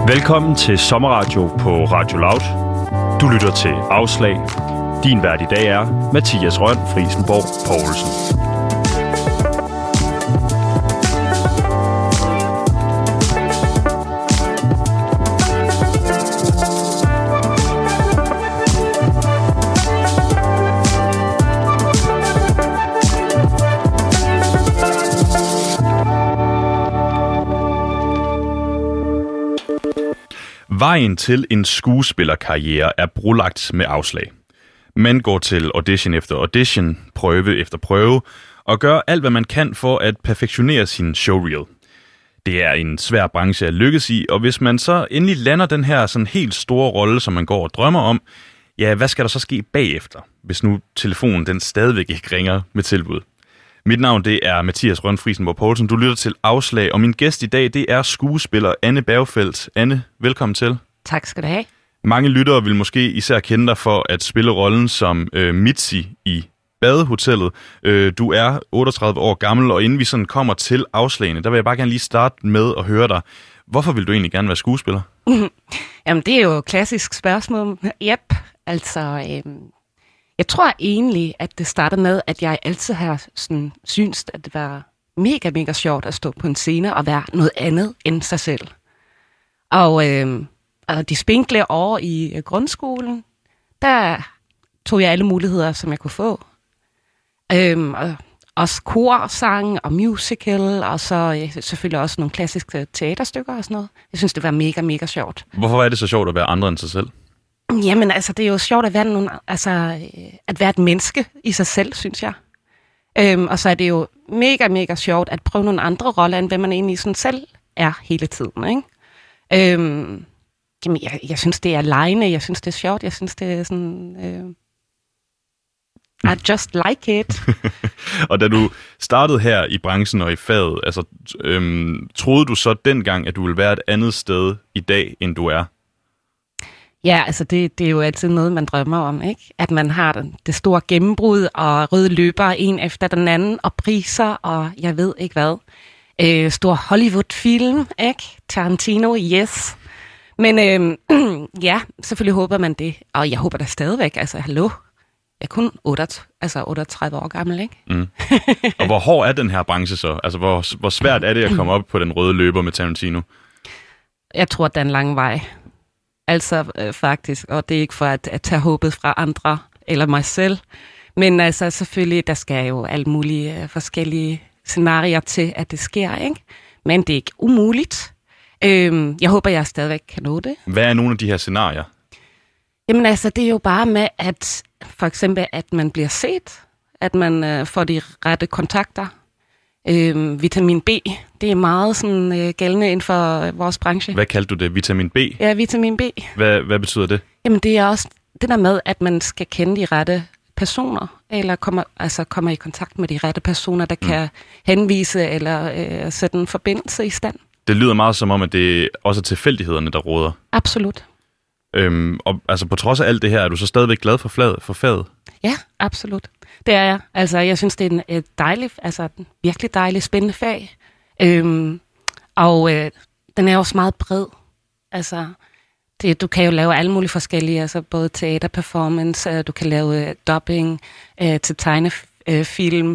Velkommen til Sommerradio på Radio Loud. Du lytter til Afslag. Din vært i dag er Mathias Rønn Friesenborg Poulsen. Vejen til en skuespillerkarriere er brolagt med afslag. Man går til audition efter audition, prøve efter prøve, og gør alt, hvad man kan for at perfektionere sin showreel. Det er en svær branche at lykkes i, og hvis man så endelig lander den her sådan helt store rolle, som man går og drømmer om, ja, hvad skal der så ske bagefter, hvis nu telefonen den stadigvæk ikke ringer med tilbud? Mit navn det er Mathias Rønn Friesenborg Poulsen. Du lytter til Afslag, og min gæst i dag det er skuespiller Anne Bergfeldt. Anne, velkommen til. Tak skal du have. Mange lyttere vil måske især kende dig for at spille rollen som Mitzi i Badehotellet. Du er 38 år gammel, og inden vi sådan kommer til afslagene, der vil jeg bare gerne lige starte med at høre dig. Hvorfor vil du egentlig gerne være skuespiller? Jamen, det er jo et klassisk spørgsmål. Yep, altså... Jeg tror egentlig, at det startede med, at jeg altid har sådan, syntes, at det var mega sjovt at stå på en scene og være noget andet end sig selv. Og de spinkle år i grundskolen, der tog jeg alle muligheder, som jeg kunne få. Og også korsang og musical, og så selvfølgelig også nogle klassiske teaterstykker og sådan noget. Jeg synes, det var mega sjovt. Hvorfor er det så sjovt at være andre end sig selv? Jamen, altså, det er jo sjovt at være, at være et menneske i sig selv, synes jeg. Og så er det jo mega sjovt at prøve nogle andre roller, end hvad man egentlig sådan selv er hele tiden, ikke? Jamen, jeg synes, det er legende. Jeg synes, det er sjovt. Jeg synes, det er sådan... I just like it. Og da du startede her i branchen og i faget, altså, troede du så dengang, at du ville være et andet sted i dag, end du er? Ja, altså det er jo altid noget, man drømmer om, ikke? At man har det store gennembrud og røde løber en efter den anden, og priser, og jeg ved ikke hvad. Stor Hollywood-film, ikke? Tarantino, yes. Men ja, selvfølgelig håber man det, og jeg håber da stadigvæk, altså hallo. Jeg er kun 38 år gammel, ikke? Mm. Og hvor hård er den her branche så? Altså hvor svært er det at komme op på den røde løber med Tarantino? Jeg tror, at det er en lang vej. Altså faktisk, og det er ikke for at tage håbet fra andre eller mig selv. Men altså selvfølgelig, der skal jo alle mulige forskellige scenarier til, at det sker, ikke? Men det er ikke umuligt. Jeg håber, jeg stadigvæk kan nå det. Hvad er nogle af de her scenarier? Jamen altså, det er jo bare med, at for eksempel, at man bliver set, at man får de rette kontakter. Vitamin B, det er meget sådan gældende inden for vores branche. Hvad kaldte du det? Vitamin B? Ja, vitamin B. Hvad betyder det? Jamen det er også det der med, at man skal kende de rette personer, eller kommer i kontakt med de rette personer, der kan henvise eller sætte en forbindelse i stand. Det lyder meget som om, at det også er tilfældighederne, der råder. Absolut. Og altså på trods af alt det her, er du så stadigvæk glad for faget? Ja, absolut. Det er jeg. Altså, jeg synes, det er et dejligt, altså et virkelig dejligt, spændende fag. Og den er også meget bred. Altså, du kan jo lave alle mulige forskellige, altså både teaterperformance, du kan lave dubbing til tegnefilm.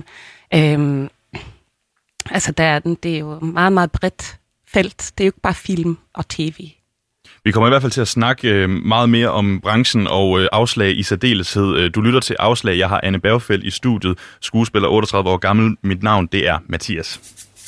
Altså, det er jo meget bredt felt. Det er jo ikke bare film og tv. Vi kommer i hvert fald til at snakke meget mere om branchen og afslag i særdeleshed. Du lytter til Afslag. Jeg har Anne Bergfeldt i studiet, skuespiller 38 år gammel. Mit navn det er Mathias.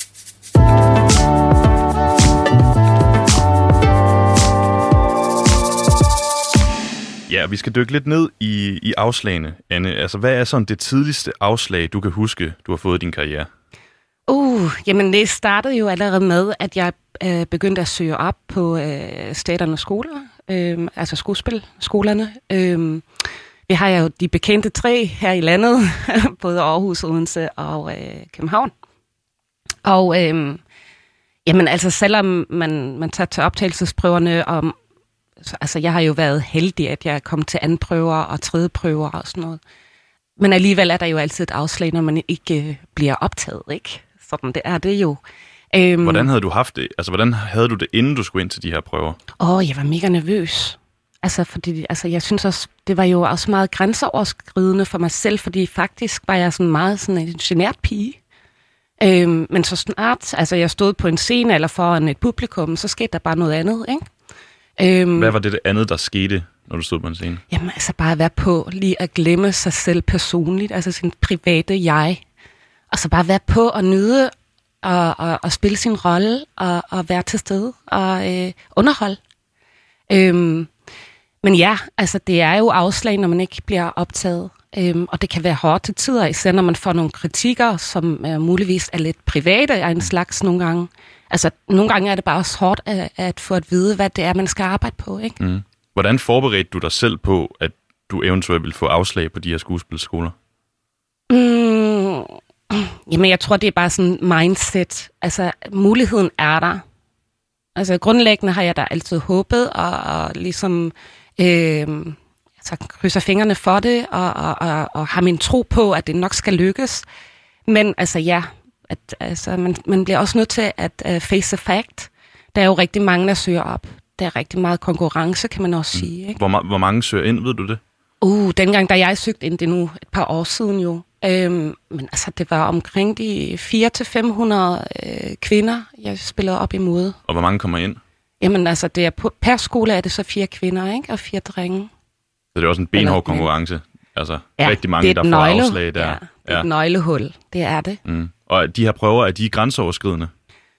Ja, vi skal dykke lidt ned i afslagene, Anne. Altså, hvad er sådan det tidligste afslag, du kan huske, du har fået i din karriere? Jamen det startede jo allerede med, at jeg begyndte at søge op på staternes skoler, altså skuespilskolerne. Vi har jo de bekendte 3 her i landet, både Aarhus, Odense og København. Og jamen altså selvom man tager til optagelsesprøverne, altså jeg har jo været heldig, at jeg kom til anden prøver og tredje prøver og sådan noget. Men alligevel er der jo altid et afslag, når man ikke bliver optaget, ikke? Sådan det er det jo. Hvordan havde du haft det? Altså, hvordan havde du det, inden du skulle ind til de her prøver? Jeg var mega nervøs. Fordi jeg synes også, det var jo også meget grænseoverskridende for mig selv, fordi faktisk var jeg sådan meget sådan en genert pige. Men så snart, jeg stod på en scene eller foran et publikum, så skete der bare noget andet, ikke? Hvad var det andet, der skete, når du stod på en scene? Jamen, bare at være på, lige at glemme sig selv personligt, altså sin private jeg. Og så bare være på og nyde og spille sin rolle og være til stede og underholde. Men ja, det er jo afslag, når man ikke bliver optaget. Og det kan være hårdt til tider, især når man får nogle kritikker, som muligvis er lidt private af en slags nogle gange. Nogle gange er det bare også hårdt at få at vide, hvad det er, man skal arbejde på, ikke? Mm. Hvordan forberedte du dig selv på, at du eventuelt ville få afslag på de her skuespilskoler? Jamen, jeg tror, det er bare sådan mindset. Muligheden er der. Grundlæggende har jeg da altid håbet, og ligesom krydser fingrene for det, og har min tro på, at det nok skal lykkes. Men man bliver også nødt til at face the fact. Der er jo rigtig mange, der søger op. Der er rigtig meget konkurrence, kan man også sige. Ikke? Hvor mange søger ind, ved du det? Dengang, da jeg søgte ind, det er nu et par år siden jo. Men det var omkring de 400-500 kvinder, jeg spillede op imod. Og hvor mange kommer ind? Jamen det er per skole er det så 4 kvinder, ikke? Og 4 drenge. Så det er også en benhård konkurrence. Rigtig mange, der får afslag der. Ja, det er et nøglehul. Det er det. Mm. Og de her prøver, er de grænseoverskridende?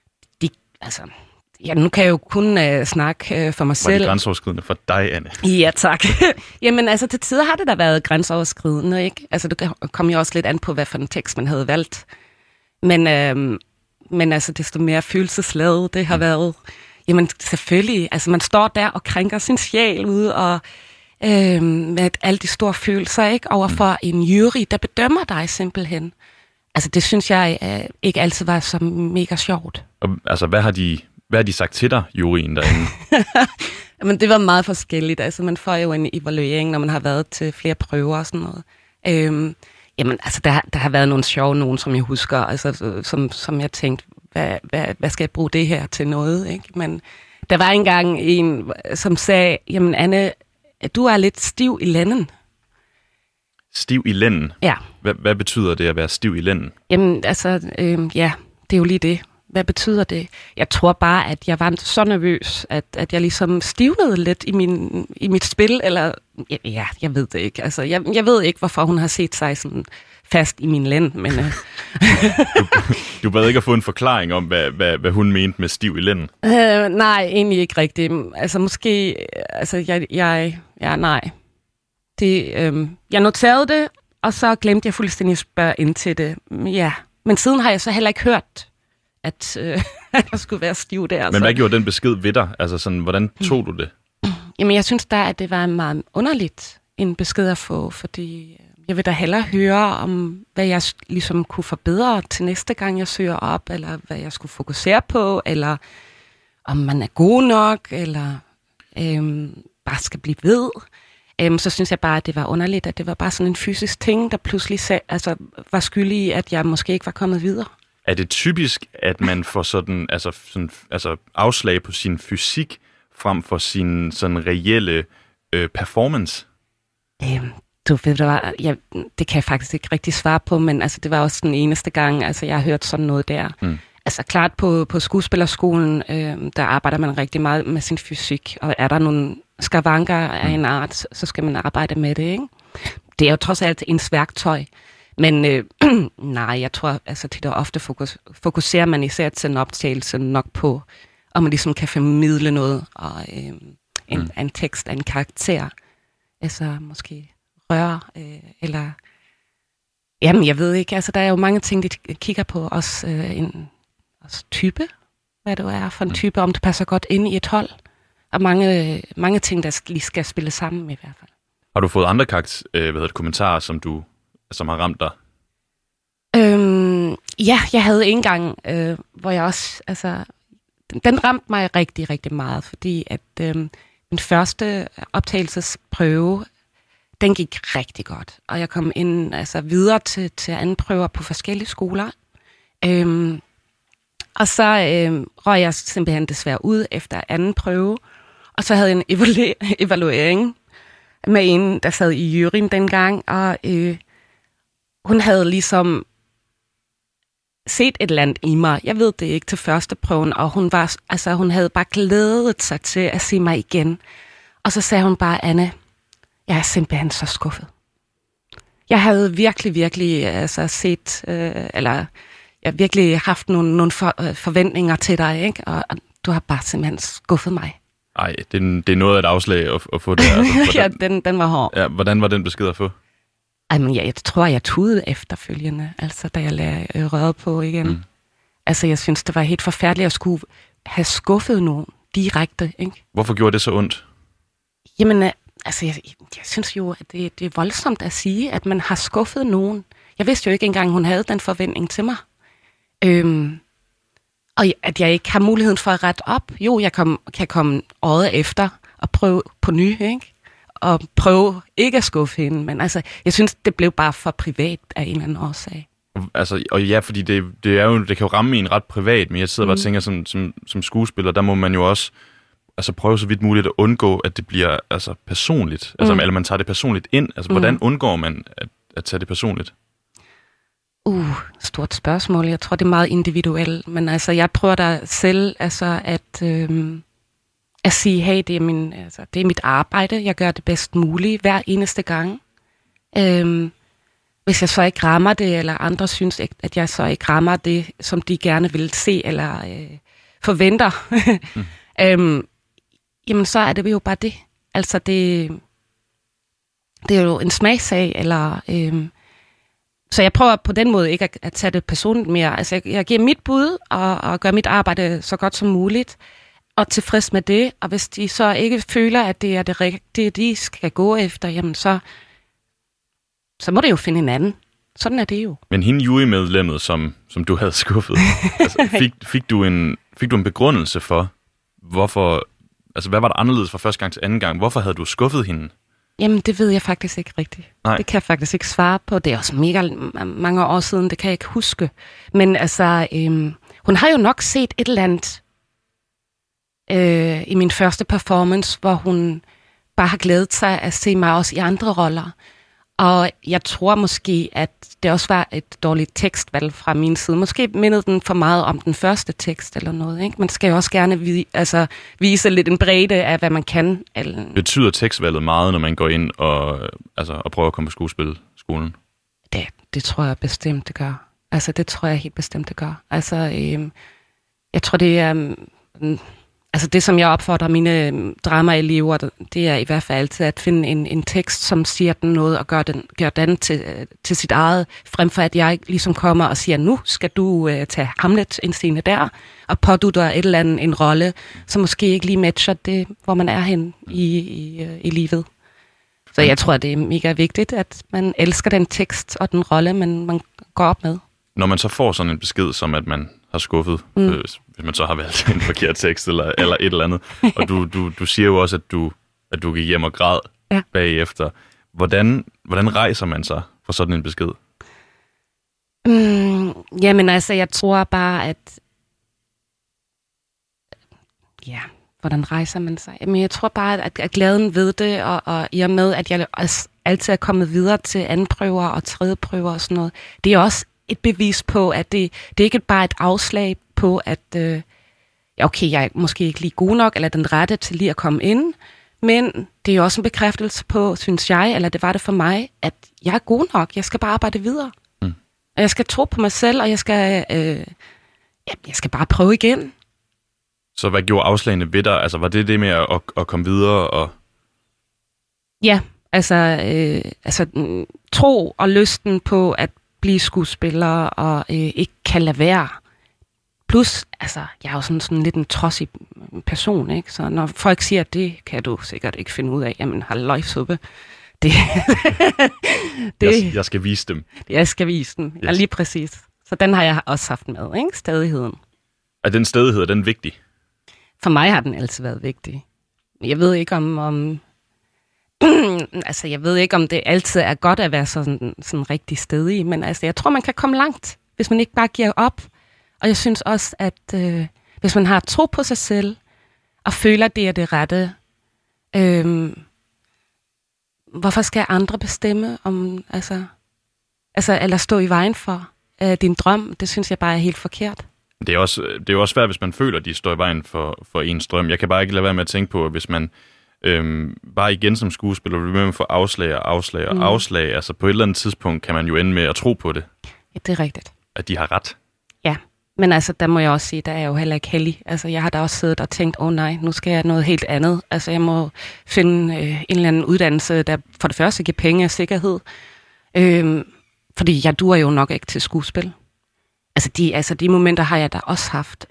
Nu kan jeg jo kun snakke for mig selv. Var de grænseoverskridende for dig, Anne? Ja, tak. Jamen, til tider har det da været grænseoverskridende, ikke? Det kom jo også lidt an på, hvad for en tekst man havde valgt. Men desto mere følelsesladet det har været. Jamen, selvfølgelig. Man står der og krænker sin sjæl ude, og med alle de store følelser, ikke? Overfor en jury, der bedømmer dig simpelthen. Det synes jeg ikke altid var så mega sjovt. Og, hvad har de sagt til dig, juryen derinde? Men det var meget forskelligt. Man får jo en evaluering, når man har været til flere prøver og sådan noget. Der har været nogle sjove nogen, som jeg husker, som jeg tænkte, hvad skal jeg bruge det her til noget, ikke? Men der var engang en, som sagde, jamen Anne, du er lidt stiv i lænden. Stiv i lænden? Ja. Hvad betyder det at være stiv i lænden? Jamen, det er jo lige det. Hvad betyder det? Jeg tror bare, at jeg var så nervøs, at jeg ligesom stivnede lidt i mit spil, eller jeg ved det ikke. Jeg ved ikke, hvorfor hun har set sig sådan fast i min lænd, men... Du bad ikke at få en forklaring om, hvad hun mente med stiv i lænden? Nej, egentlig ikke rigtigt. Måske... nej. Jeg noterede det, og så glemte jeg fuldstændig at spørge ind til det. Ja, men siden har jeg så heller ikke hørt, at jeg skulle være stiv der. Men hvad gjorde den besked ved dig? Hvordan tog du det? Jamen, jeg synes da, at det var meget underligt en besked at få, fordi jeg vil da hellere høre om, hvad jeg ligesom kunne forbedre til næste gang, jeg søger op, eller hvad jeg skulle fokusere på, eller om man er god nok, eller bare skal blive ved. Så synes jeg bare, at det var underligt, at det var bare sådan en fysisk ting, der pludselig var skyldig i, at jeg måske ikke var kommet videre. Er det typisk, at man får sådan afslag på sin fysik frem for sin sådan reelle performance? Du ved det kan jeg faktisk ikke rigtig svare på, men det var også den eneste gang, jeg har hørt sådan noget der. Mm. Klart på skuespillerskolen, der arbejder man rigtig meget med sin fysik, og er der nogle skavanker af en art, så skal man arbejde med det, ikke? Det er jo trods alt ens værktøj. Men nej, jeg tror, tit og ofte fokuserer man især til en optagelse nok på, om man ligesom kan formidle noget, og en tekst af en karakter. Måske røre, eller... Jamen, jeg ved ikke, der er jo mange ting, de kigger på, også type, hvad det er for en type, om det passer godt ind i et hold, og mange ting, der lige skal spille sammen i hvert fald. Har du fået andre kommentarer, som har ramt dig? Ja, jeg havde en gang, hvor jeg også, den ramte mig rigtig, rigtig meget, fordi at min første optagelsesprøve, den gik rigtig godt, og jeg kom ind videre til anden prøver på forskellige skoler, Og så røg jeg simpelthen desværre ud efter anden prøve. Og så havde jeg en evaluering med en, der sad i juryen dengang. Og hun havde ligesom set et eller andet i mig. Jeg ved det ikke til første prøven. Og hun havde bare glædet sig til at se mig igen. Og så sagde hun bare, Anne, jeg er simpelthen så skuffet. Jeg havde virkelig set, eller jeg virkelig haft nogle forventninger til dig, ikke? Og du har bare simpelthen skuffet mig. Ej, det er noget af et afslag at få det. Altså, ja, den var hård. Ja, hvordan var den besked at få? Ej, men jeg tror, jeg tudede efterfølgende, altså da jeg lagde røret på igen. Mm. Altså, jeg synes, det var helt forfærdeligt at skulle have skuffet nogen direkte, ikke? Hvorfor gjorde det så ondt? Jamen, altså, jeg synes jo, at det er voldsomt at sige, at man har skuffet nogen. Jeg vidste jo ikke engang, hun havde den forventning til mig. Og at jeg ikke har muligheden for at rette op. Jo, jeg kan komme året efter og prøve på ny, ikke? Og prøve ikke at skuffe hende. Men altså, jeg synes, det blev bare for privat af en eller anden årsag. Altså, og ja, fordi det kan jo ramme en ret privat, men jeg sidder bare og tænker, som skuespiller, der må man jo også altså prøve så vidt muligt at undgå, at det bliver altså personligt. Altså, eller man tager det personligt ind. Altså, hvordan undgår man at tage det personligt? Stort spørgsmål. Jeg tror, det er meget individuelt. Men altså, jeg prøver da selv altså, at sige, hey, det er mit arbejde. Jeg gør det bedst muligt hver eneste gang. Hvis jeg så ikke rammer det, eller andre synes, at jeg så ikke rammer det, som de gerne vil se, eller forventer, jamen så er det jo bare det. Altså, det er jo en smagssag, eller... Så jeg prøver på den måde ikke at tage det personligt mere. Altså, jeg giver mit bud og gør mit arbejde så godt som muligt, og tilfreds med det. Og hvis de så ikke føler, at det er det rigtige, de skal gå efter, jamen så må det jo finde en anden. Sådan er det jo. Men hende jurymedlemmet, som du havde skuffet, altså, fik du en begrundelse for, hvorfor... Altså, hvad var der anderledes fra første gang til anden gang? Hvorfor havde du skuffet hende? Jamen, det ved jeg faktisk ikke rigtigt. Nej. Det kan jeg faktisk ikke svare på. Det er også mega mange år siden, det kan jeg ikke huske. Men altså, hun har jo nok set et eller andet i min første performance, hvor hun bare har glædet sig at se mig også i andre roller. Og jeg tror måske, at det også var et dårligt tekstvalg fra min side. Måske mindede den for meget om den første tekst eller noget, ikke? Man skal jo også gerne vise lidt en bredde af, hvad man kan. Betyder tekstvalget meget, når man går ind og prøver at komme på skuespilskolen? Det tror jeg bestemt, det gør. Altså, det tror jeg helt bestemt, det gør. Altså, jeg tror, det er... Altså det, som jeg opfordrer mine dramaelever, det er i hvert fald altid at finde en tekst, som siger den noget, og gør den til sit eget, frem for at jeg ligesom kommer og siger, nu skal du tage Hamlet en scene der, og pådutter et eller andet en rolle, som måske ikke lige matcher det, hvor man er hen i livet. Så jeg tror, det er mega vigtigt, at man elsker den tekst og den rolle, man går op med. Når man så får sådan en besked, som at man har skuffet, hvis man så har valgt en forkert tekst eller et eller andet, og du siger jo også, at du gik hjem og græd bagefter. Hvordan rejser man sig for sådan en besked? Jamen altså, jeg tror bare, at... Ja, hvordan rejser man sig? Jamen, jeg tror bare, at glæden ved det, og i og med, at jeg altid er kommet videre til andenprøver og tredjeprøver og sådan noget, det er også et bevis på, at det er ikke bare et afslag på, at okay, jeg er måske ikke lige god nok, eller den rette til lige at komme ind, men det er også en bekræftelse på, synes jeg, eller det var det for mig, at jeg er god nok, jeg skal bare arbejde videre. Og jeg skal tro på mig selv, og jeg skal bare prøve igen. Så hvad gjorde afslagene ved dig? Altså, var det med at komme videre? Og... Ja, altså tro og lysten på at blive skuespiller og ikke kan lade være. Plus, altså, jeg er jo sådan lidt en trodsig person, ikke? Så når folk siger, at det kan du sikkert ikke finde ud af, jamen, halløjsuppe. Jeg skal vise dem. Jeg skal vise dem, yes. Ja, lige præcis. Så den har jeg også haft med, ikke? Stædigheden. Er den stædighed, er den vigtig? For mig har den altid været vigtig. Jeg ved ikke om altså, jeg ved ikke, om det altid er godt at være sådan rigtig stedig, men altså, jeg tror, man kan komme langt, hvis man ikke bare giver op, Og jeg synes også, at hvis man har tro på sig selv, og føler, det er det rette, hvorfor skal andre bestemme om, eller stå i vejen for din drøm? Det synes jeg bare er helt forkert. Det er jo også svært, hvis man føler, at de står i vejen for ens drøm. Jeg kan bare ikke lade være med at tænke på, at hvis man bare igen som skuespiller vil med at få afslag, altså på et eller andet tidspunkt kan man jo ende med at tro på det. Ja, det er rigtigt. At de har ret. Ja, men altså, der må jeg også sige, der er jo heller ikke heldig. Altså, jeg har da også siddet og tænkt, nej, nu skal jeg noget helt andet. Altså, jeg må finde en eller anden uddannelse, der for det første giver penge og sikkerhed. Fordi jeg duer jo nok ikke til skuespil. Altså, de momenter har jeg da også haft.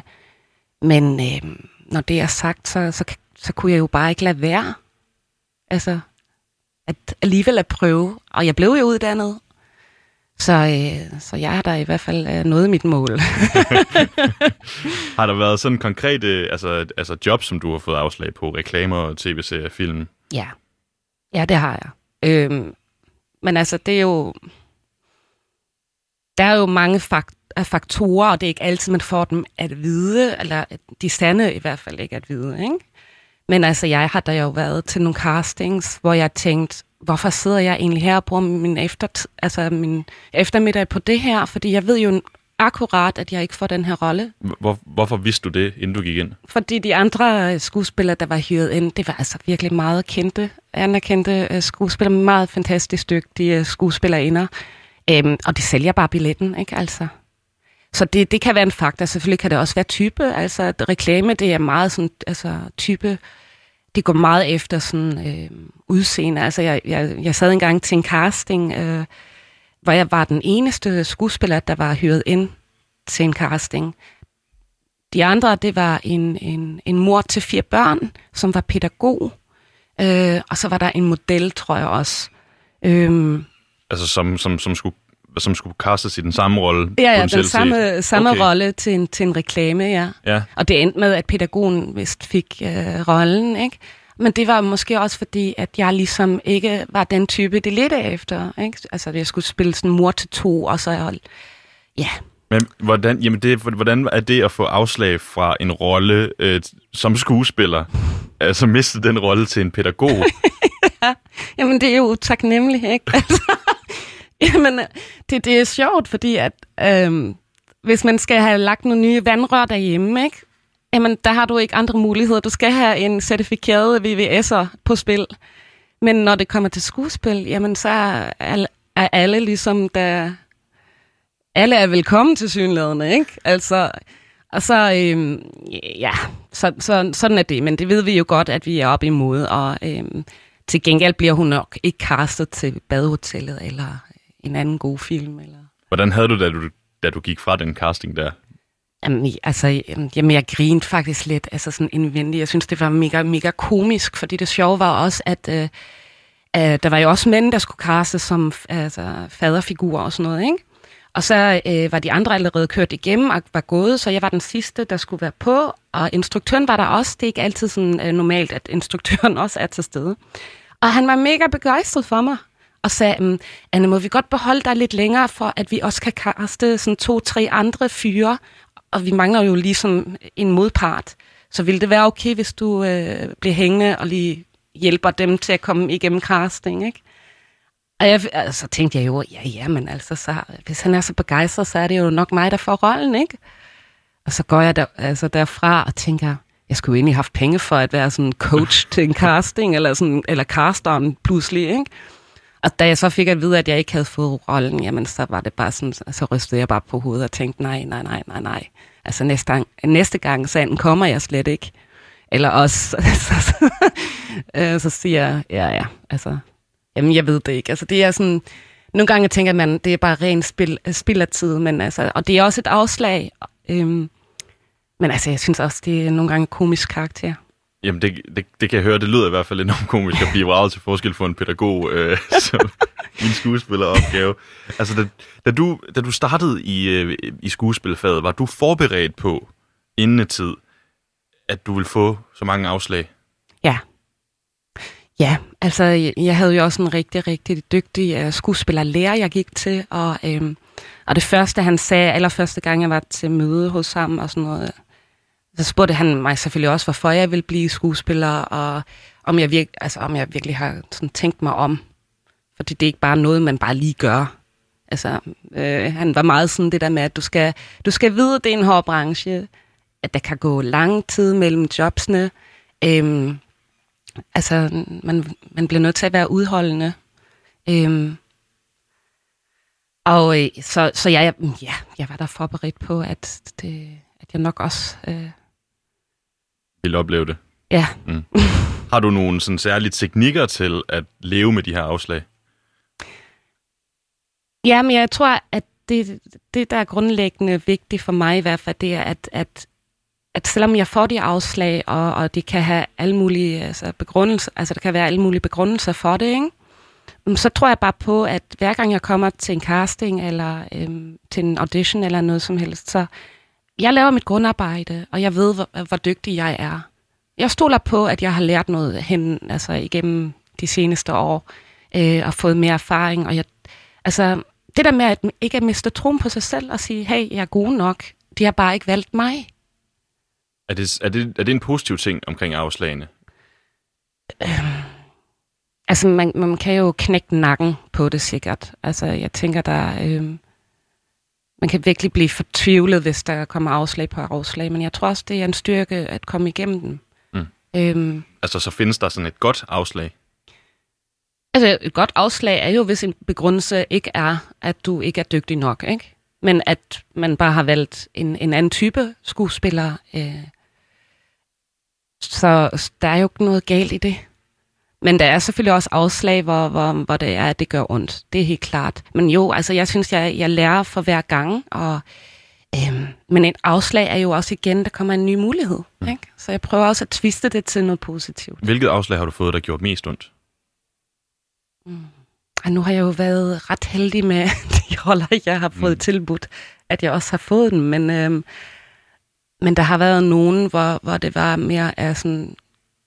Men når det er sagt, så kunne jeg jo bare ikke lade være. Altså, at alligevel at prøve. Og jeg blev jo uddannet. Så jeg har da i hvert fald nået mit mål. Har der været sådan konkrete altså job, som du har fået afslag på? Reklamer, tv-serier, film? Ja, det har jeg. Men altså, det er jo... Der er jo mange faktorer, og det er ikke altid, man får dem at vide, eller de sande i hvert fald ikke at vide, ikke? Men altså, jeg har da jo været til nogle castings, hvor jeg tænkte, hvorfor sidder jeg egentlig her og bruger min eftermiddag på det her? Fordi jeg ved jo akkurat, at jeg ikke får den her rolle. Hvorfor vidste du det, inden du gik ind? Fordi de andre skuespillere, der var hyret ind, det var altså virkelig meget anerkendte skuespillere, meget fantastisk dygtige skuespillerinder. Og de sælger bare billetten, ikke altså? Så det kan være en faktor. Selvfølgelig kan det også være type. Altså, reklame, det er meget sådan, type... Det går meget efter sådan udseende. Altså, jeg sad engang til en casting, hvor jeg var den eneste skuespiller, der var hyret ind til en casting. De andre, det var en mor til 4 børn, som var pædagog. Og så var der en model, tror jeg også. Altså, som skulle castes i den samme rolle? Ja, den samme okay. Rolle til en reklame, ja. Og det endte med, at pædagogen vist fik rollen, ikke? Men det var måske også fordi, at jeg ligesom ikke var den type, det ledte efter, ikke? Altså, jeg skulle spille sådan mor til 2, og så... Ja. Men hvordan er det at få afslag fra en rolle som skuespiller? Altså, miste den rolle til en pædagog? Ja, jamen, det er jo utaknemmeligt, ikke? Altså... Jamen, det er sjovt, fordi at hvis man skal have lagt nogle nye vandrør derhjemme, ikke? Jamen, der har du ikke andre muligheder. Du skal have en certificeret VVS'er på spil. Men når det kommer til skuespil, jamen, så er alle ligesom der... Alle er velkommen til synlædende, ikke? Altså, og så, sådan er det. Men det ved vi jo godt, at vi er oppe imod, og til gengæld bliver hun nok ikke castet til Badehotellet, eller en anden god film. Eller... Hvordan havde du da du gik fra den casting der? Jamen, jeg grinede faktisk lidt, altså sådan indvendigt. Jeg synes, det var mega, mega komisk, fordi det sjove var også, at der var jo også mænd, der skulle castes som faderfigurer og sådan noget, ikke? Og så var de andre allerede kørt igennem og var gået, så jeg var den sidste, der skulle være på, og instruktøren var der også. Det er ikke altid sådan normalt, at instruktøren også er til stede. Og han var mega begejstret for mig, og sagde, Anne, må vi godt beholde dig lidt længere, for at vi også kan kaste sådan 2-3 andre fyre, og vi mangler jo ligesom en modpart. Så ville det være okay, hvis du bliver hængende og lige hjælper dem til at komme igennem casting, ikke? Og så tænkte jeg jo, men altså, så, hvis han er så begejstret, så er det jo nok mig, der får rollen, ikke? Og så går jeg derfra og tænker, jeg skulle jo egentlig have haft penge for at være sådan coach til en casting, eller casteren pludselig, ikke? Og da jeg så fik at vide, at jeg ikke havde fået rollen, jamen så var det bare sådan, så rystede jeg bare på hovedet og tænkte, nej. Altså næste gang, så kommer jeg slet ikke. Eller også, så siger jeg, altså, jamen jeg ved det ikke. Altså det er sådan, nogle gange tænker man, det er bare ren spild af tid, men altså, og det er også et afslag. Men altså, jeg synes også, det er nogle gange komisk karakter. Jamen, det kan jeg høre, det lyder i hvert fald enormt komisk at blive vraget til forskel for en pædagog som en skuespilleropgave. Altså, da du startede i skuespilfaget, var du forberedt på inden tid, at du ville få så mange afslag? Ja, altså, jeg havde jo også en rigtig, rigtig dygtig skuespillerlærer, jeg gik til, Og det første, han sagde, allerførste gang, jeg var til møde hos ham og sådan noget, så spurgte han mig selvfølgelig også, hvorfor jeg ville blive skuespiller, og om jeg virkelig har sådan tænkt mig om. Fordi det er ikke bare noget, man bare lige gør. Altså, han var meget sådan det der med, at du skal vide, at det er en hård branche, at der kan gå lang tid mellem jobsene. Altså, man bliver nødt til at være udholdende. Så jeg var der forberedt på, at jeg nok også vil opleve det. Ja. Mm. Har du nogle sådan særlige teknikker til at leve med de her afslag? Ja, men jeg tror, at det der er grundlæggende vigtigt for mig i hvert fald, det er, at selvom jeg får de afslag, og det kan have alle mulige begrundelser, altså der kan være alle mulige begrundelser for det, ikke? Så tror jeg bare på, at hver gang jeg kommer til en casting, eller til en audition, eller noget som helst, så jeg laver mit grundarbejde, og jeg ved, hvor dygtig jeg er. Jeg stoler på, at jeg har lært noget igennem de seneste år, og fået mere erfaring, og det der med at ikke at miste troen på sig selv, og sige, hey, jeg er god nok, de har bare ikke valgt mig. Er det en positiv ting omkring afslagene? Man kan jo knække nakken på det sikkert. Altså, jeg tænker, man kan virkelig blive fortvivlet, hvis der kommer afslag på afslag, men jeg tror også, det er en styrke at komme igennem den. Så findes der sådan et godt afslag? Altså, et godt afslag er jo, hvis en begrundelse ikke er, at du ikke er dygtig nok, ikke? Men at man bare har valgt en anden type skuespiller. Så der er jo ikke noget galt i det. Men der er selvfølgelig også afslag, hvor det er, at det gør ondt. Det er helt klart. Men jo, altså jeg synes, jeg lærer for hver gang. Men et afslag er jo også igen, der kommer en ny mulighed. Ikke? Så jeg prøver også at twiste det til noget positivt. Hvilket afslag har du fået, der gjort mest ondt? Nu har jeg jo været ret heldig med de roller, jeg har fået tilbudt, at jeg også har fået den. Men der har været nogen, hvor det var mere af sådan...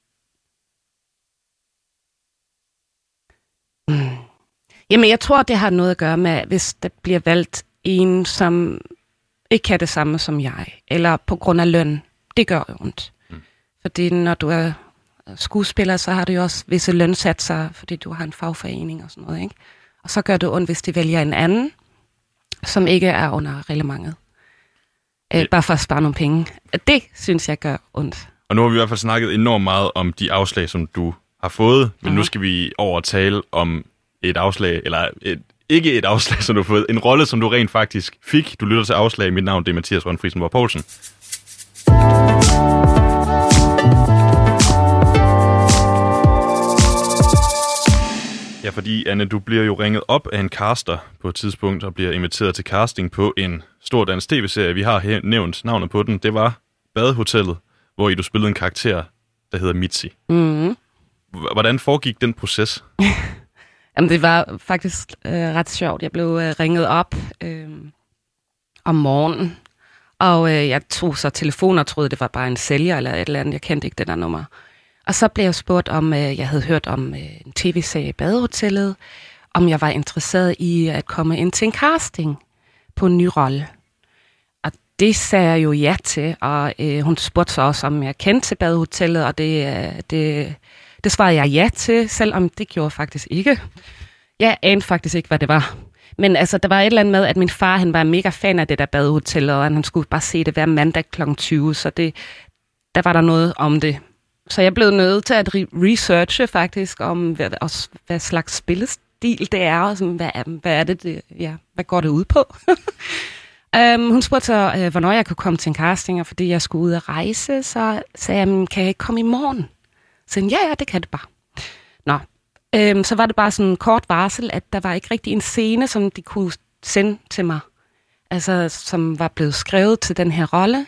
Jamen, jeg tror, det har noget at gøre med, hvis der bliver valgt en, som ikke kan det samme som jeg, eller på grund af løn. Det gør jo ondt. Fordi når du er skuespiller, så har du jo også visse lønsatser, fordi du har en fagforening og sådan noget, ikke? Og så gør det ondt, hvis de vælger en anden, som ikke er under reglementet. Bare for at spare nogle penge. Det synes jeg gør ondt. Og nu har vi i hvert fald snakket enormt meget om de afslag, som du har fået, men nu skal vi over tale om et afslag, eller ikke et afslag, som du har fået. En rolle, som du rent faktisk fik. Du lytter til Afslag. Mit navn det er Mathias Rønn Friesenborg Poulsen. Ja, fordi Anne, du bliver jo ringet op af en caster på et tidspunkt, og bliver inviteret til casting på en stor dansk tv-serie. Vi har her nævnt navnet på den. Det var Badehotellet, hvor du spillede en karakter, der hedder Mitzi. Mm. Hvordan foregik den proces? Jamen, det var faktisk ret sjovt. Jeg blev ringet op om morgenen, og jeg tog så telefonen og troede, det var bare en sælger eller et eller andet. Jeg kendte ikke det der nummer. Og så blev jeg spurgt, om jeg havde hørt om en tv-serie Badehotellet, om jeg var interesseret i at komme ind til en casting på en ny rolle. Og det sagde jeg jo ja til, og hun spurgte så også, om jeg kendte til Badehotellet, og det svarede jeg ja til, selvom det gjorde jeg faktisk ikke. Jeg anede faktisk ikke, hvad det var. Men altså, der var et eller andet med, at min far, han var mega fan af det der Badehotellet, og han skulle bare se det hver mandag kl. 20, så der var der noget om det. Så jeg blev nødt til at researche faktisk om, hvad slags spillestil det er, og sådan, hvad er det, hvad går det ud på? Hun spurgte så, hvornår jeg kunne komme til en casting, og fordi jeg skulle ud at rejse, så sagde jeg, kan jeg ikke komme i morgen? Så ja, det kan det bare. Nå, så var det bare sådan en kort varsel, at der var ikke rigtig en scene, som de kunne sende til mig. Altså, som var blevet skrevet til den her rolle.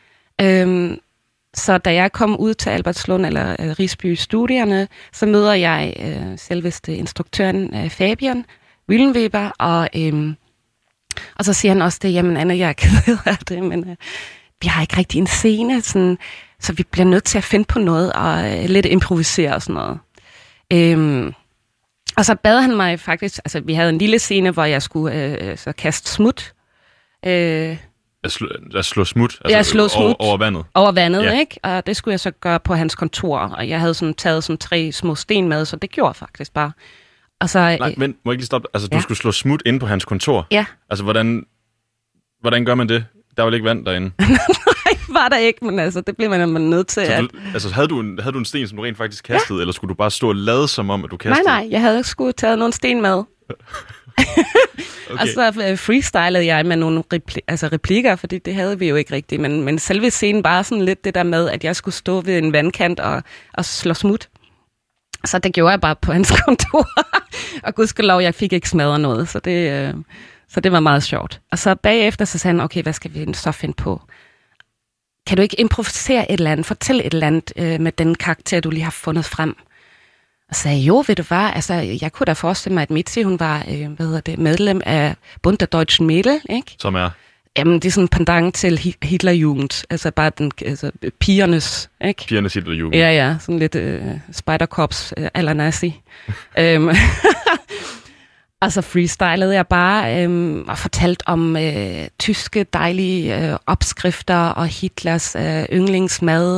Så da jeg kom ud til Albertslund eller Risby Studierne, så møder jeg selveste instruktøren Fabian Willenweber, og så siger han også det, jamen Anna, jeg er ked af det, men vi har ikke rigtig en scene, sådan, så vi bliver nødt til at finde på noget og lidt improvisere og sådan noget. Og så bad han mig faktisk, altså vi havde en lille scene, hvor jeg skulle så kaste smut At slå smut? Altså, slå smut. Over vandet? Over vandet, ja. Ikke? Og det skulle jeg så gøre på hans kontor, og jeg havde sådan taget sådan 3 små sten med, så det gjorde jeg faktisk bare. Og så, nej, men må jeg ikke lige stoppe? Altså, du skulle slå smut inde på hans kontor? Ja. Altså, hvordan gør man det? Der var vel ikke vand derinde? Nej, var der ikke, men altså, det blev man nødt til. Havde du en sten, som du rent faktisk kastede, eller skulle du bare stå og lade som om, at du kastede? Nej, jeg havde sgu taget nogle sten med. Okay. Og så freestylede jeg med nogle replikker, fordi det havde vi jo ikke rigtigt. Men selve scenen bare sådan lidt det der med, at jeg skulle stå ved en vandkant og slå smut. Så det gjorde jeg bare på hans kontor. Og gudskelov, jeg fik ikke smadret noget, så det var meget sjovt. Og så bagefter så sagde han, okay, hvad skal vi så finde på? Kan du ikke improvisere et eller andet? Fortæl et eller andet med den karakter, du lige har fundet frem. Og sagde, jo, ved du hvad, altså, jeg kunne da forestille mig, at Mitzi, hun var medlem af Bund der Deutschen Mädel, ikke? Som er? Jamen, det er sådan en pendant til Hitlerjugend, altså bare pigernes, ikke? Pigernes Hitlerjugend. Ja, sådan lidt Spider-Corps eller nazi. Og så freestylede jeg bare og fortalte om tyske dejlige opskrifter og Hitlers yndlingsmad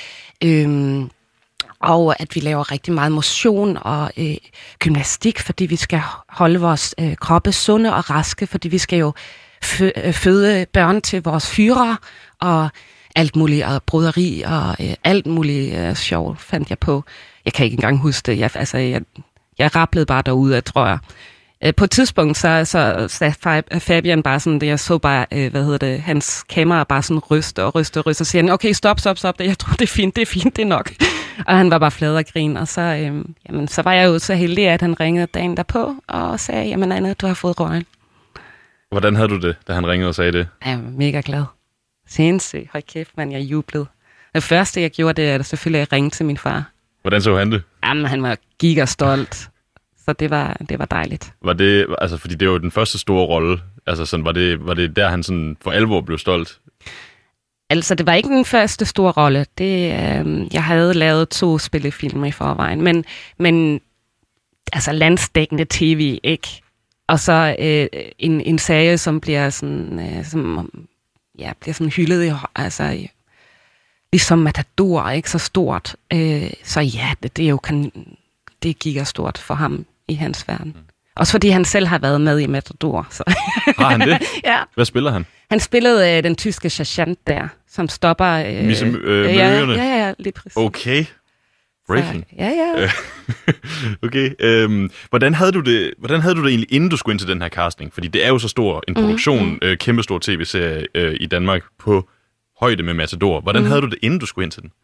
og at vi laver rigtig meget motion og gymnastik, fordi vi skal holde vores kroppe sunde og raske, fordi vi skal jo føde børn til vores fyre og alt muligt, og broderi og alt muligt sjov fandt jeg på. Jeg kan ikke engang huske det. Jeg rablede bare derude, jeg tror jeg. På et tidspunkt, så sagde Fabian bare sådan, jeg så bare, hans kamera bare sådan ryste, og så siger han, okay, stop, jeg tror, det er fint, det er nok. Og han var bare flad og grin, og så, så var jeg jo så heldig, at han ringede dagen derpå, og sagde, jamen Anna, du har fået røgen. Hvordan havde du det, da han ringede og sagde det? Jeg var mega glad. Sindssygt, hold kæft, man, jeg jublede. Det første, jeg gjorde, det er selvfølgelig at ringe til min far. Hvordan så han det? Jamen, han var gigastolt. Så det var dejligt. Var det, altså, fordi det var jo den første store rolle, altså sådan, var det der, han sådan for alvor blev stolt? Altså, det var ikke den første store rolle. Jeg havde lavet 2 spillefilm i forvejen, men altså landsdækkende tv, ikke? Og så en serie, som bliver sådan, bliver sådan hyldet, ligesom Matador, ikke så stort. Så ja, det er jo det gik stort for ham i hans verden. Også fordi han selv har været med i Matador. Så. Har han det? Ja. Hvad spiller han? Han spillede den tyske sergeant der, som stopper... Møgerne? Ja, lige præcis. Okay. Breaking. Så, ja. Okay. Hvordan havde du det egentlig, inden du skulle ind til den her casting? Fordi det er jo så stor en produktion, kæmpestor tv-serie i Danmark på højde med Matador. Hvordan havde du det, inden du skulle ind til den?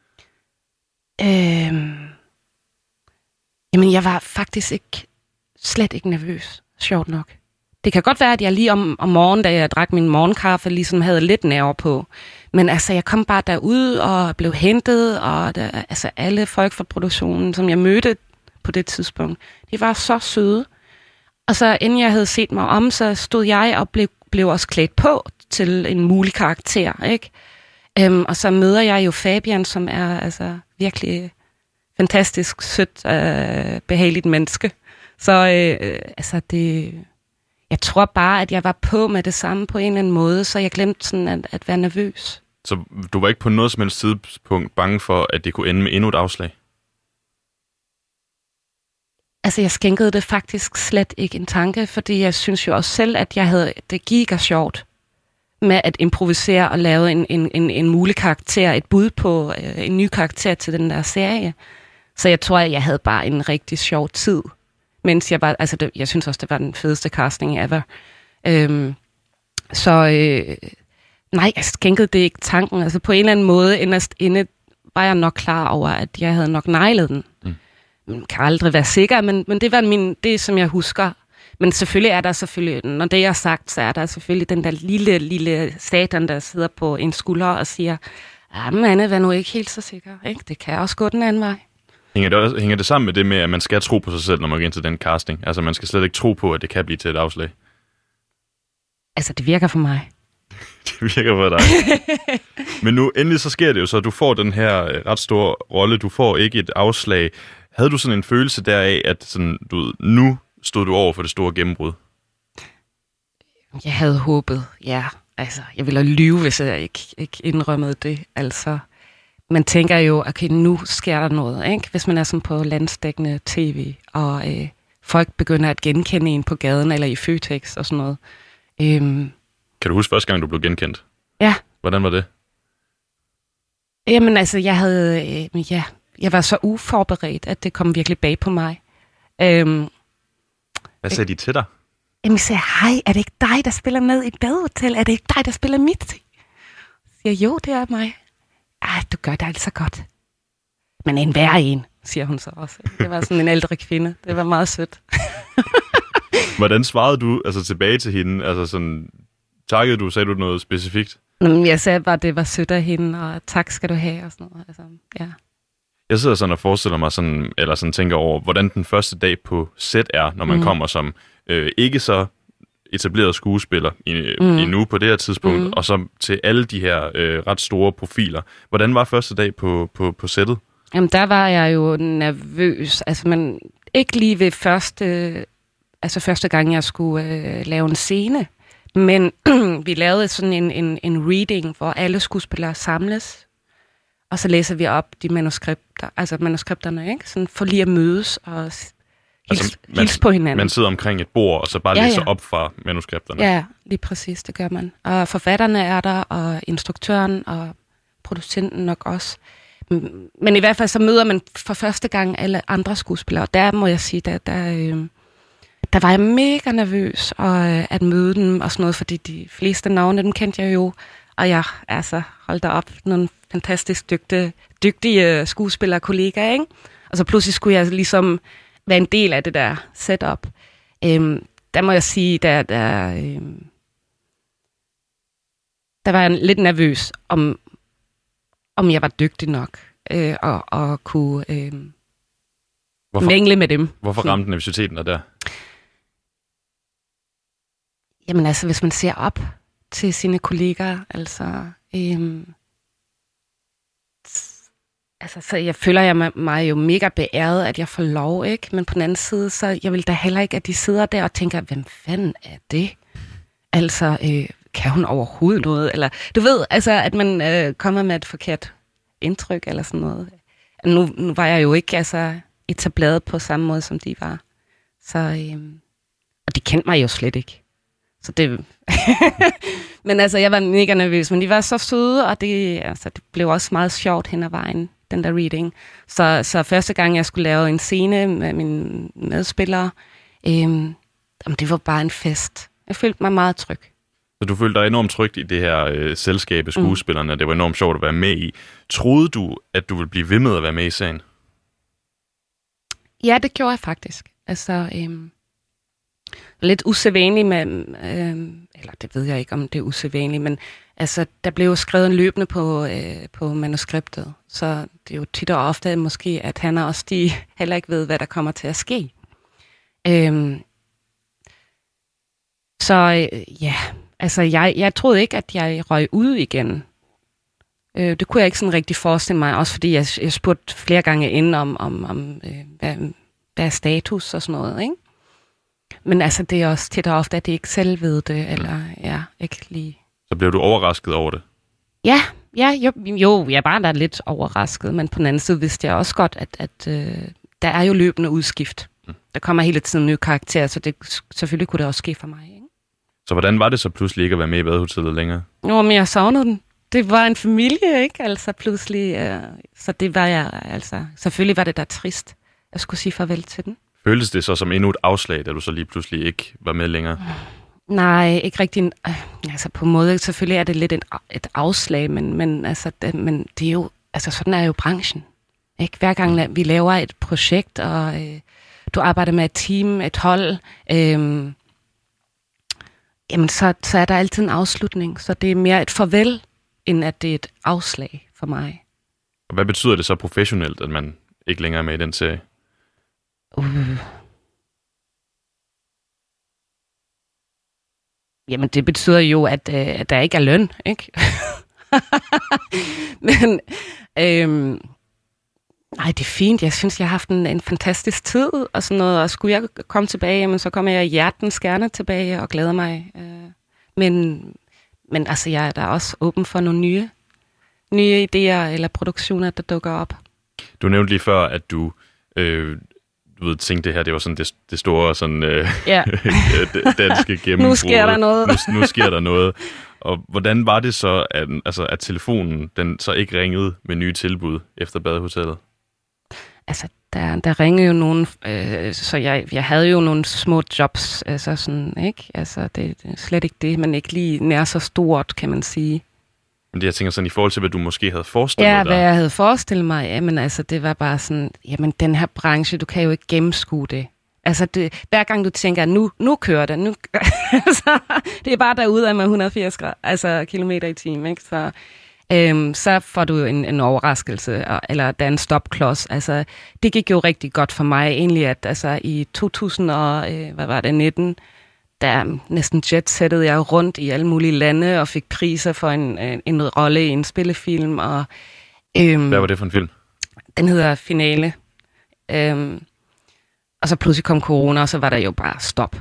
Jamen, jeg var faktisk slet ikke nervøs, sjovt nok. Det kan godt være, at jeg lige om morgenen, da jeg drak min morgenkaffe, ligesom havde lidt nerver på. Men altså, jeg kom bare derud og blev hentet, og alle folk fra produktionen, som jeg mødte på det tidspunkt, de var så søde. Og så inden jeg havde set mig om, så stod jeg og blev også klædt på til en mulig karakter, ikke? Og så møder jeg jo Fabian, som er virkelig fantastisk, sødt, behageligt menneske. Så jeg tror bare, at jeg var på med det samme på en eller anden måde, så jeg glemte sådan at være nervøs. Så du var ikke på noget som helst tidspunkt bange for, at det kunne ende med endnu et afslag? Altså, jeg skænkede det faktisk slet ikke en tanke, fordi jeg synes jo også selv, at det gik sjovt med at improvisere og lave en mulig karakter, et bud på en ny karakter til den der serie. Så jeg tror, at jeg havde bare en rigtig sjov tid, mens jeg var, jeg synes også, det var den fedeste casting ever. Nej, jeg skænkede det ikke tanken. Altså på en eller anden måde, inde var jeg nok klar over, at jeg havde nok neglet den. Man kan aldrig være sikker, men det var det, som jeg husker. Men selvfølgelig er der når det er sagt, så er der selvfølgelig den der lille satan, der sidder på en skulder og siger, men Anne, vær nu ikke helt så sikker. Ikke? Det kan også gå den anden vej. Hænger det sammen med det med, at man skal tro på sig selv, når man går ind til den casting? Altså, man skal slet ikke tro på, at det kan blive til et afslag? Altså, det virker for mig. Det virker for dig. Men nu, endelig så sker det jo så, at du får den her ret store rolle. Du får ikke et afslag. Havde du sådan en følelse deraf, at sådan, nu stod du over for det store gennembrud? Jeg havde håbet, ja. altså, jeg ville lyve, hvis jeg ikke indrømmede det. Altså, man tænker jo, okay, nu sker der noget, ikke? Hvis man er sådan på landsdækkende tv, og folk begynder at genkende en på gaden, eller i Føtex og sådan noget. Kan du huske første gang, du blev genkendt? Ja. Hvordan var det? Jamen altså, jeg var så uforberedt, at det kom virkelig bag på mig. Hvad sagde de til dig? Jamen, jeg sagde, hej, er det ikke dig, der spiller med i Badehotel? Er det ikke dig, der spiller mit? Jeg siger, jo, det er mig. Ej, du gør det altså godt. Men en værre en, siger hun så også. Det var sådan en ældre kvinde. Det var meget sødt. Hvordan svarede du altså tilbage til hende? Altså sådan, takkede du, sagde du noget specifikt? Jeg sagde bare, at det var sødt af hende, og tak skal du have, og sådan noget. Altså, ja. Jeg sidder sådan og forestiller mig sådan, eller sådan tænker over, hvordan den første dag på set er, når man kommer som ikke så etableret skuespiller endnu på det her tidspunkt, og så til alle de her ret store profiler. Hvordan var første dag på settet? Jamen, der var jeg jo nervøs. Altså, men ikke lige ved første gang, jeg skulle lave en scene. Men vi lavede sådan en reading, hvor alle skuespillere samles. Og så læser vi op de manuskripterne, ikke? Sådan for lige at mødes og hils på hinanden. Man sidder omkring et bord, og så bare læser op fra manuskripterne. Ja, lige præcis, det gør man. Og forfatterne er der, og instruktøren, og producenten nok også. Men i hvert fald så møder man for første gang alle andre skuespillere. Og der må jeg sige, der var jeg mega nervøs at møde dem og sådan noget, fordi de fleste navne, dem kendte jeg jo. Og jeg holdt der op nogle fantastisk dygtige skuespillerkollegaer, ikke? Og så pludselig skulle jeg ligesom være en del af det der setup. Der må jeg sige, der var jeg lidt nervøs, om jeg var dygtig nok og kunne mængle med dem. Hvorfor ramte nervøsiteten der? Jamen altså, hvis man ser op til sine kollegaer, så jeg føler mig jo mega beæret, at jeg får lov, ikke? Men på den anden side, så jeg vil da heller ikke, at de sidder der og tænker, hvem fanden er det? Altså, kan hun overhovedet noget? Eller, du ved, altså, at man kommer med et forkert indtryk eller sådan noget. Nu var jeg jo ikke etableret på samme måde, som de var. Så, og de kendte mig jo slet ikke. Så det... Men altså, jeg var mega nervøs, men de var så søde, og det blev også meget sjovt hen ad vejen, den der reading. Så første gang, jeg skulle lave en scene med mine medspillere, det var bare en fest. Jeg følte mig meget tryg. Så du følte dig enormt trygt i det her selskab af skuespillerne, det var enormt sjovt at være med i. Troede du, at du ville blive ved med at være med i serien? Ja, det gjorde jeg faktisk. Altså... lidt usædvanligt med, eller det ved jeg ikke, om det er usædvanligt, men altså, der blev jo skrevet en løbende på manuskriptet, så det er jo tit og ofte måske, at han og de heller ikke ved, hvad der kommer til at ske. Jeg troede ikke, at jeg røg ud igen. Det kunne jeg ikke sådan rigtig forestille mig, også fordi jeg spurgte flere gange inden om hvad er status og sådan noget, ikke? Men altså, det er også tit og ofte, at de ikke selv ved det, eller ikke lige... Så blev du overrasket over det? Ja, jeg var da lidt overrasket, men på den anden side vidste jeg også godt, at der er jo løbende udskift. Der kommer hele tiden nye karakterer, så selvfølgelig kunne det også ske for mig, ikke? Så hvordan var det så pludselig ikke at være med i Badehotellet længere? Jo, men jeg savnede den. Det var en familie, ikke? Altså pludselig, så det var jeg, altså... Selvfølgelig var det da trist, at skulle sige farvel til den. Føltes det så som endnu et afslag, da du så lige pludselig ikke var med længere? Nej, ikke rigtig. Altså på en måde, selvfølgelig er det lidt et afslag, men det er jo, altså sådan er jo branchen. Ikke? Hver gang vi laver et projekt, og du arbejder med et team, et hold, jamen så er der altid en afslutning. Så det er mere et farvel, end at det er et afslag for mig. Og hvad betyder det så professionelt, at man ikke længere er med i den serie? Jamen, det betyder jo, at der ikke er løn, ikke? Men, det er fint. Jeg synes, jeg har haft en fantastisk tid og sådan noget. Og skulle jeg komme tilbage, jamen, så kommer jeg hjertens gerne tilbage og glæder mig. Men Men altså, jeg er da også åben for nogle nye idéer eller produktioner, der dukker op. Du nævnte lige før, at du tænkte, det her, det var sådan det store sådan, danske gennembrud. Nu sker der noget. nu sker der noget. Og hvordan var det så, at telefonen den så ikke ringede med nye tilbud efter Badehotellet? Altså, der ringede jo nogen, så jeg havde jo nogle små jobs, altså sådan, ikke? Altså, det er slet ikke det, men ikke lige nær så stort, kan man sige. Men det, jeg tænker sådan, i forhold til, hvad du måske havde forestillet dig? Ja, hvad jeg havde forestillet mig, jamen altså, det var bare sådan, jamen den her branche, du kan jo ikke gennemskue det. Altså, hver gang du tænker, nu kører det, altså, det er bare derude af med 180 kilometer i timen, ikke? Så får du jo en overraskelse, eller der er en stopklods. Altså, det gik jo rigtig godt for mig egentlig, at altså, i 2019, der næsten jetsettede jeg rundt i alle mulige lande og fik priser for en rolle i en spillefilm. Og, hvad var det for en film? Den hedder Finale. Og så pludselig kom corona, og så var der jo bare stop.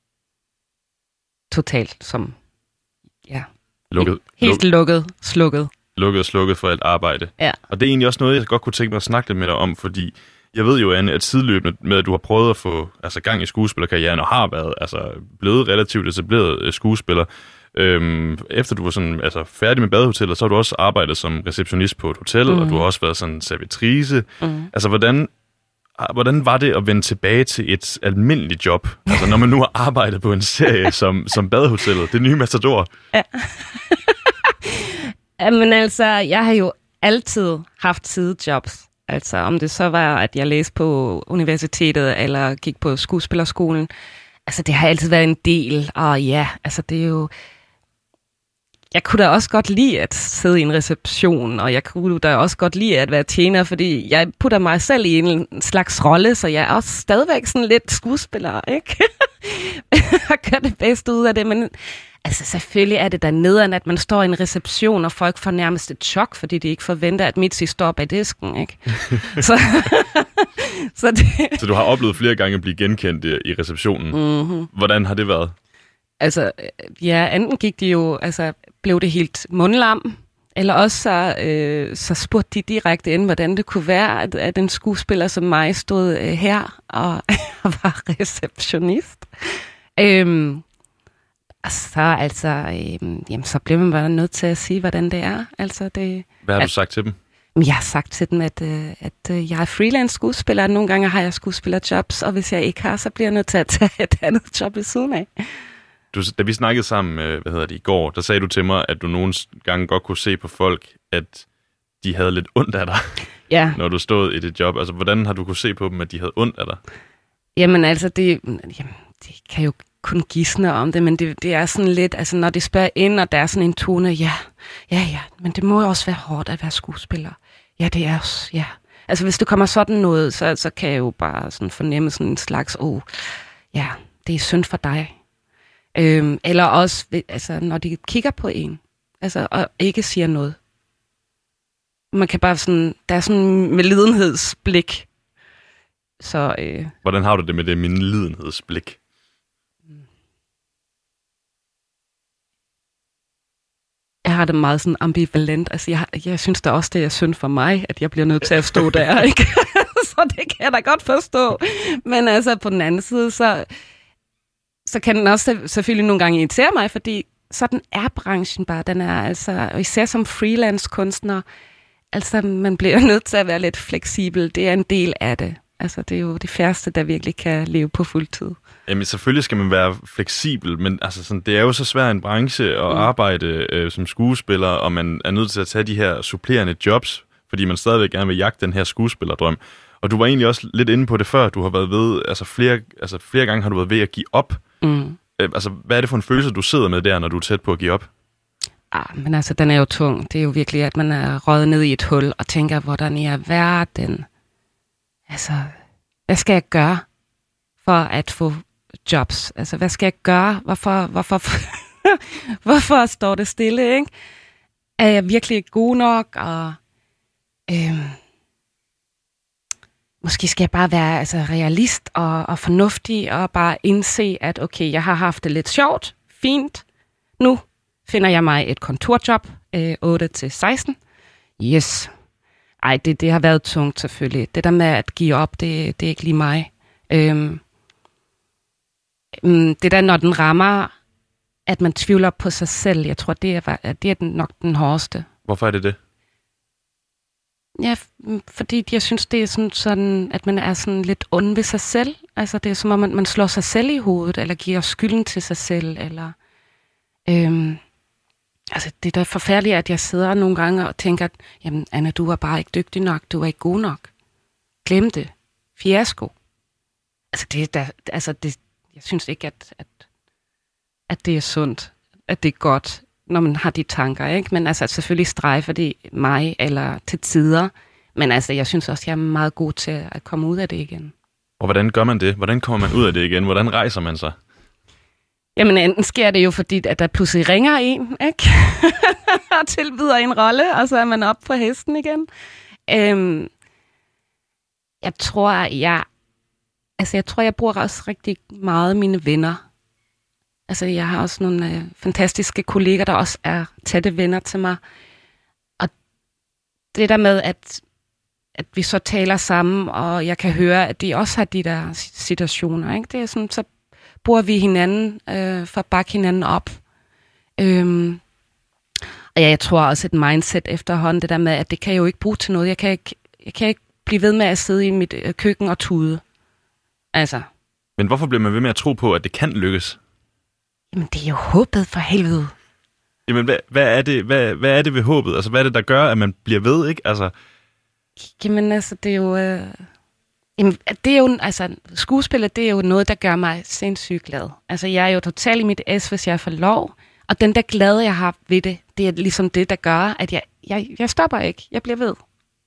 Totalt som, ja... Helt lukket, slukket. Lukket og slukket for alt arbejde. Ja. Og det er egentlig også noget, jeg godt kunne tænke mig at snakke lidt med dig om, fordi jeg ved jo, Anne, at sideløbende med, at du har prøvet at få gang i skuespillerkarrieren, og har været blevet relativt etableret skuespiller, efter du var sådan, færdig med Badehotellet, så har du også arbejdet som receptionist på et hotel, og du har også været sådan servitrice. Altså, hvordan var det at vende tilbage til et almindeligt job? Altså, når man nu har arbejdet på en serie som Badehotellet, det nye Matador. Ja. Men altså, jeg har jo altid haft sidejobs. Altså, om det så var, at jeg læste på universitetet, eller gik på skuespillerskolen. Altså, det har altid været en del. Og ja, altså, det er jo... Jeg kunne da også godt lide at sidde i en reception, og jeg kunne da også godt lide at være tjener, fordi jeg putter mig selv i en slags rolle, så jeg er også stadigvæk sådan lidt skuespiller, ikke? Jeg gør det bedste ud af det, men altså selvfølgelig er det da nederen, at man står i en reception, og folk får nærmest et chok, fordi de ikke forventer, at Mitzi står bag disken, ikke? Så du har oplevet flere gange at blive genkendt i receptionen. Mm-hmm. Hvordan har det været? Altså, ja, enten gik de jo, blev det helt mundlam, eller også så spurgte de direkte ind, hvordan det kunne være, at en skuespiller som mig stod her og var receptionist. Så blev man bare nødt til at sige, hvordan det er. Hvad har du sagt til dem? Jeg har sagt til dem, at jeg er freelance skuespiller, nogle gange har jeg skuespillerjobs, og hvis jeg ikke har, så bliver jeg nødt til at tage et andet job ved siden af. Da vi snakkede sammen, i går, der sagde du til mig, at du nogle gange godt kunne se på folk, at de havde lidt ondt af dig, ja. Når du stod i det job. Altså, hvordan har du kunne se på dem, at de havde ondt af dig? Jamen, det kan jo kun gisne om det, men det er sådan lidt, når de spørger ind, og der er sådan en tone, ja, men det må jo også være hårdt at være skuespiller. Ja, det er også, ja. Altså, hvis det kommer sådan noget, så kan jeg jo bare sådan fornemme sådan en slags, ja, det er synd for dig. Eller også, når de kigger på en, og ikke siger noget. Man kan bare sådan, der er sådan med lidenhedsblik. Så, Hvordan har du det med det lidenhedsblik? Jeg har det meget sådan ambivalent. Altså, jeg synes da også, det er synd for mig, at jeg bliver nødt til at stå der, ikke? Så det kan jeg da godt forstå. Men på den anden side, så kan den også selvfølgelig nogle gange irritere mig, fordi sådan er branchen bare. Den er og især som freelance kunstner, man bliver nødt til at være lidt fleksibel. Det er en del af det. Det er jo det færreste, der virkelig kan leve på fuld tid. Jamen selvfølgelig skal man være fleksibel, men det er jo så svært en branche at arbejde som skuespiller, og man er nødt til at tage de her supplerende jobs, fordi man stadigvæk gerne vil jagte den her skuespillerdrøm. Og du var egentlig også lidt inde på det før, du har været ved, flere gange har du været ved at give op. Mm. Hvad er det for en følelse, du sidder med der, når du er tæt på at give op? Men den er jo tung. Det er jo virkelig, at man er røget ned i et hul og tænker, hvordan i verden. Hvad skal jeg gøre for at få jobs? Hvad skal jeg gøre? Hvorfor står det stille, ikke? Er jeg virkelig god nok? Og måske skal jeg bare være realist og fornuftig og bare indse, at okay, jeg har haft det lidt sjovt, fint. Nu finder jeg mig et kontorjob, 8-16. Yes. Ej, det har været tungt selvfølgelig. Det der med at give op, det er ikke lige mig. Det der, når den rammer, at man tvivler på sig selv, jeg tror, det er nok den hårdeste. Hvorfor er det det? Ja, fordi jeg synes, det er sådan, at man er sådan lidt ond ved sig selv. Altså, det er som om, man slår sig selv i hovedet, eller giver skylden til sig selv, eller... Altså, det er da forfærdeligt, at jeg sidder nogle gange og tænker, at jamen, Anna, du er bare ikke dygtig nok, du er ikke god nok. Glem det. Fiasko. Altså, jeg synes ikke, at det er sundt, at det er godt, når man har de tanker, ikke? Men altså, selvfølgelig strejfer det mig, eller til tider. Men altså, jeg synes også, jeg er meget god til at komme ud af det igen. Og hvordan gør man det? Hvordan kommer man ud af det igen? Hvordan rejser man sig? Jamen, enten sker det jo, fordi at der pludselig ringer en, ikke? Og tilbyder en rolle, og så er man op på hesten igen. Jeg tror, jeg bruger også rigtig meget mine venner. Altså, jeg har også nogle fantastiske kolleger, der også er tætte venner til mig. Og det der med, at vi så taler sammen, og jeg kan høre, at de også har de der situationer, ikke? Det er sådan, så bruger vi hinanden for at bakke hinanden op. Og ja, jeg tror også et mindset efterhånden, det der med, at det kan jeg jo ikke bruge til noget. Jeg kan ikke blive ved med at sidde i mit køkken og tude. Altså. Men hvorfor bliver man ved med at tro på, at det kan lykkes? Jamen, det er jo håbet for helvede. Jamen, hvad er det ved håbet? Altså, hvad er det, der gør, at man bliver ved, ikke? Altså... Jamen, altså, det er jo... det er jo, altså, skuespillet, det er jo noget, der gør mig sindssygt glad. Altså, jeg er jo totalt i mit hvis jeg får lov. Og den der glæde, jeg har ved det, det er ligesom det, der gør, at jeg stopper ikke. Jeg bliver ved.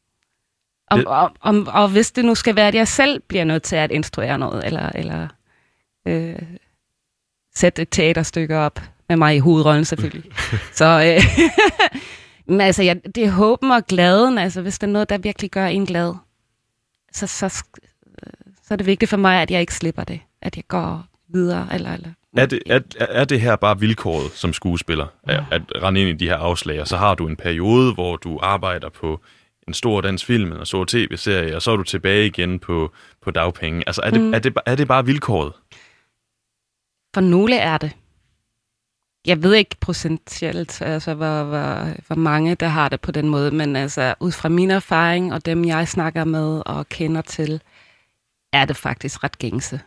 Og hvis det nu skal være, at jeg selv bliver nødt til at instruere noget, eller sætte et teaterstykke op med mig i hovedrollen selvfølgelig. Så men altså, det er håben og glæden. Altså, hvis det er noget, der virkelig gør en glad, så er det vigtigt for mig, at jeg ikke slipper det. At jeg går videre. Eller Er det her bare vilkåret som skuespiller? At rende ind i de her afslag, og så har du en periode, hvor du arbejder på en stor dansk film, en stor tv-serie, og så er du tilbage igen på dagpenge. Altså, er det bare vilkåret? For nogle er det. Jeg ved ikke procentielt, altså, hvor mange, der har det på den måde, men altså, ud fra min erfaring, og dem, jeg snakker med og kender til, er det faktisk ret gængse.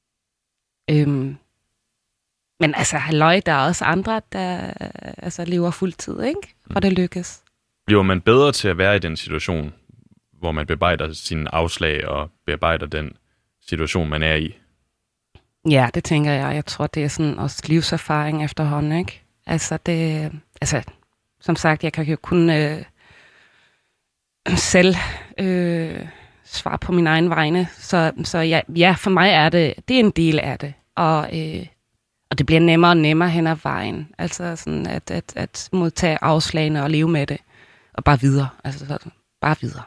Men altså, halløj, der er også andre, der altså, lever fuldtid, ikke? For det lykkes. Bliver man bedre til at være i den situation, hvor man bearbejder sine afslag og bearbejder den situation, man er i? Ja, det tænker jeg. Jeg tror, det er sådan også livserfaring efterhånden, ikke? Altså, som sagt, jeg kan jo kun selv svare på min egen vegne. Så ja, for mig er det er en del af det. Og det bliver nemmere og nemmere hen ad vejen. Altså sådan at modtage afslagene og leve med det. Og bare videre. Altså bare videre.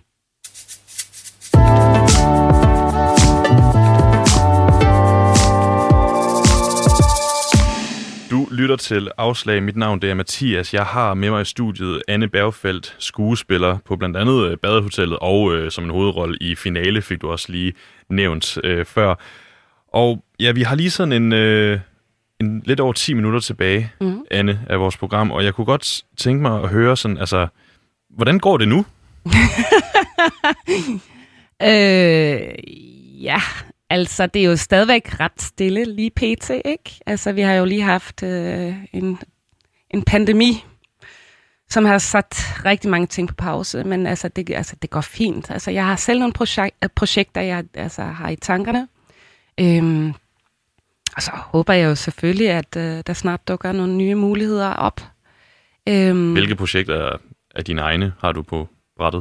Du lytter til Afslag. Mit navn det er Mathias. Jeg har med mig i studiet Anne Bergfeldt, skuespiller på blandt andet Badehotellet, og som en hovedrolle i Finale, fik du også lige nævnt før. Og ja, vi har lige sådan en lidt over 10 minutter tilbage, Anne, af vores program, og jeg kunne godt tænke mig at høre sådan, altså, hvordan går det nu? Ja, altså det er jo stadigvæk ret stille lige pt, ikke? Altså vi har jo lige haft en pandemi, som har sat rigtig mange ting på pause, men altså det går fint. Altså jeg har selv nogle projekter, jeg har i tankerne. Og så håber jeg jo selvfølgelig, at der snart dukker nogle nye muligheder op. Hvilke projekter af dine egne har du på brættet?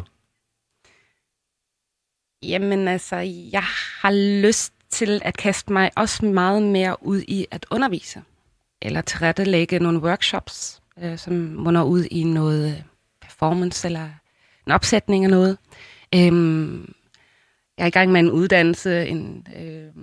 Jamen altså, jeg har lyst til at kaste mig også meget mere ud i at undervise. Eller tilrettelægge nogle workshops, som munder ud i noget performance eller en opsætning af noget. Jeg er i gang med en uddannelse,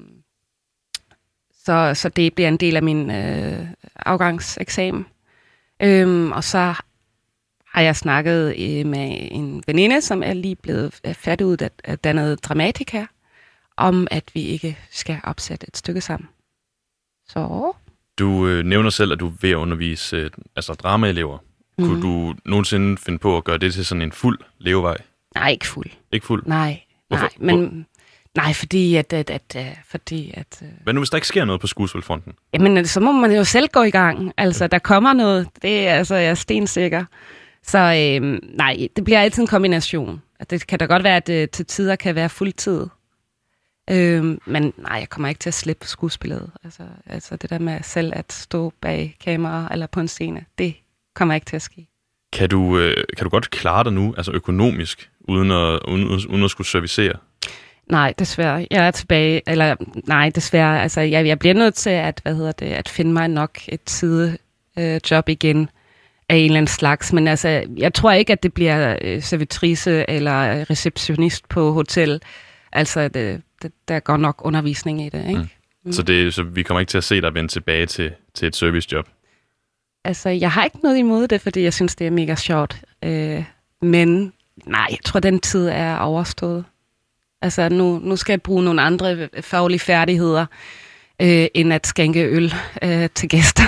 så det bliver en del af min afgangseksamen. Og så har jeg snakket med en veninde, som er lige blevet færdiguddannet dramatiker, om at vi ikke skal opsætte et stykke sammen. Så... Du nævner selv, at du er ved at undervise dramaelever. Kunne du nogensinde finde på at gøre det til sådan en fuld levevej? Nej, ikke fuld. Ikke fuld? Nej, men... Nej, fordi at... Hvad nu, hvis der ikke sker noget på skuespilfronten? Jamen, så må man jo selv gå i gang. Altså, der kommer noget. Det er jeg er stensikker. Så nej, det bliver altid en kombination. Det kan da godt være, at det til tider kan være fuldtid. Men nej, jeg kommer ikke til at slippe skuespillet. Altså det der med selv at stå bag kamera eller på en scene, det kommer ikke til at ske. Kan du godt klare dig nu, altså økonomisk, uden at skulle servicere? Nej, desværre. Jeg er tilbage, eller nej, desværre. Altså, jeg bliver nødt til at finde mig nok et sidejob igen af en eller anden slags. Men altså, jeg tror ikke, at det bliver servitrice eller receptionist på hotel. Altså, der går nok undervisning i det, ikke? Så vi kommer ikke til at se dig vende tilbage til et servicejob? Altså, jeg har ikke noget imod det, fordi jeg synes, det er mega sjovt. Men nej, jeg tror, den tid er overstået. Altså, nu skal jeg bruge nogle andre faglige færdigheder, end at skænke øl til gæster.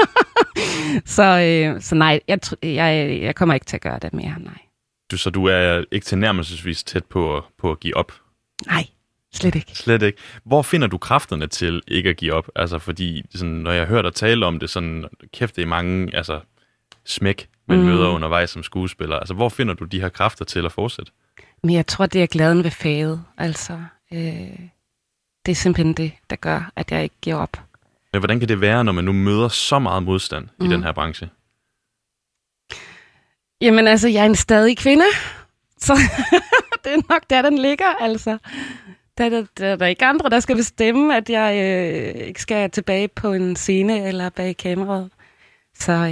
så nej, jeg kommer ikke til at gøre det mere, nej. Så du er ikke tilnærmelsesvis tæt på at give op? Nej, slet ikke. Slet ikke. Hvor finder du kræfterne til ikke at give op? Altså, fordi sådan, når jeg hører dig tale om det, sådan kæft, det er mange smæk, man møder undervejs som skuespiller. Altså, hvor finder du de her kræfter til at fortsætte? Men jeg tror, det er glæden ved faget. Altså, det er simpelthen det, der gør, at jeg ikke giver op. Men hvordan kan det være, når man nu møder så meget modstand i den her branche? Jamen altså, jeg er en stadig kvinde, så det er nok der, den ligger, altså. Der er ikke andre, der skal bestemme, at jeg ikke skal tilbage på en scene eller bag kameraet. Så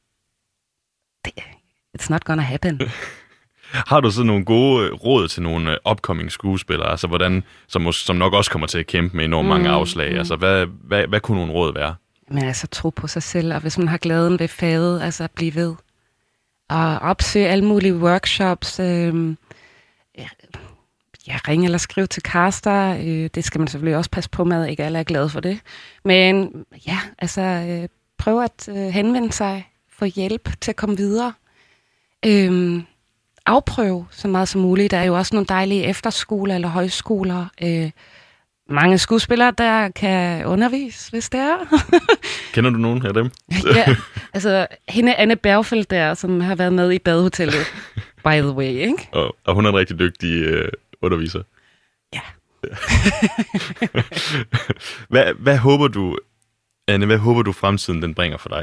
it's not gonna happen. Har du så nogle gode råd til nogle upcoming skuespillere, altså som nok også kommer til at kæmpe med enormt mange afslag? Altså, hvad kunne nogle råd være? Men altså, tro på sig selv, og hvis man har glæden ved faget, altså blive ved. Og opsøge alle mulige workshops. Ring eller skriv til caster. Det skal man selvfølgelig også passe på med, ikke alle er glade for det. Men ja, altså, prøv at henvende sig, få hjælp til at komme videre. Afprøve så meget som muligt. Der er jo også nogle dejlige efterskoler eller højskoler. Mange skuespillere, der kan undervise, hvis det er. Kender du nogen af dem? Ja, altså hende Anne Bergfeldt der, som har været med i Badehotellet, by the way, ikke? Og hun er en rigtig dygtig underviser. Ja. Hvad håber du, Anne, fremtiden den bringer for dig?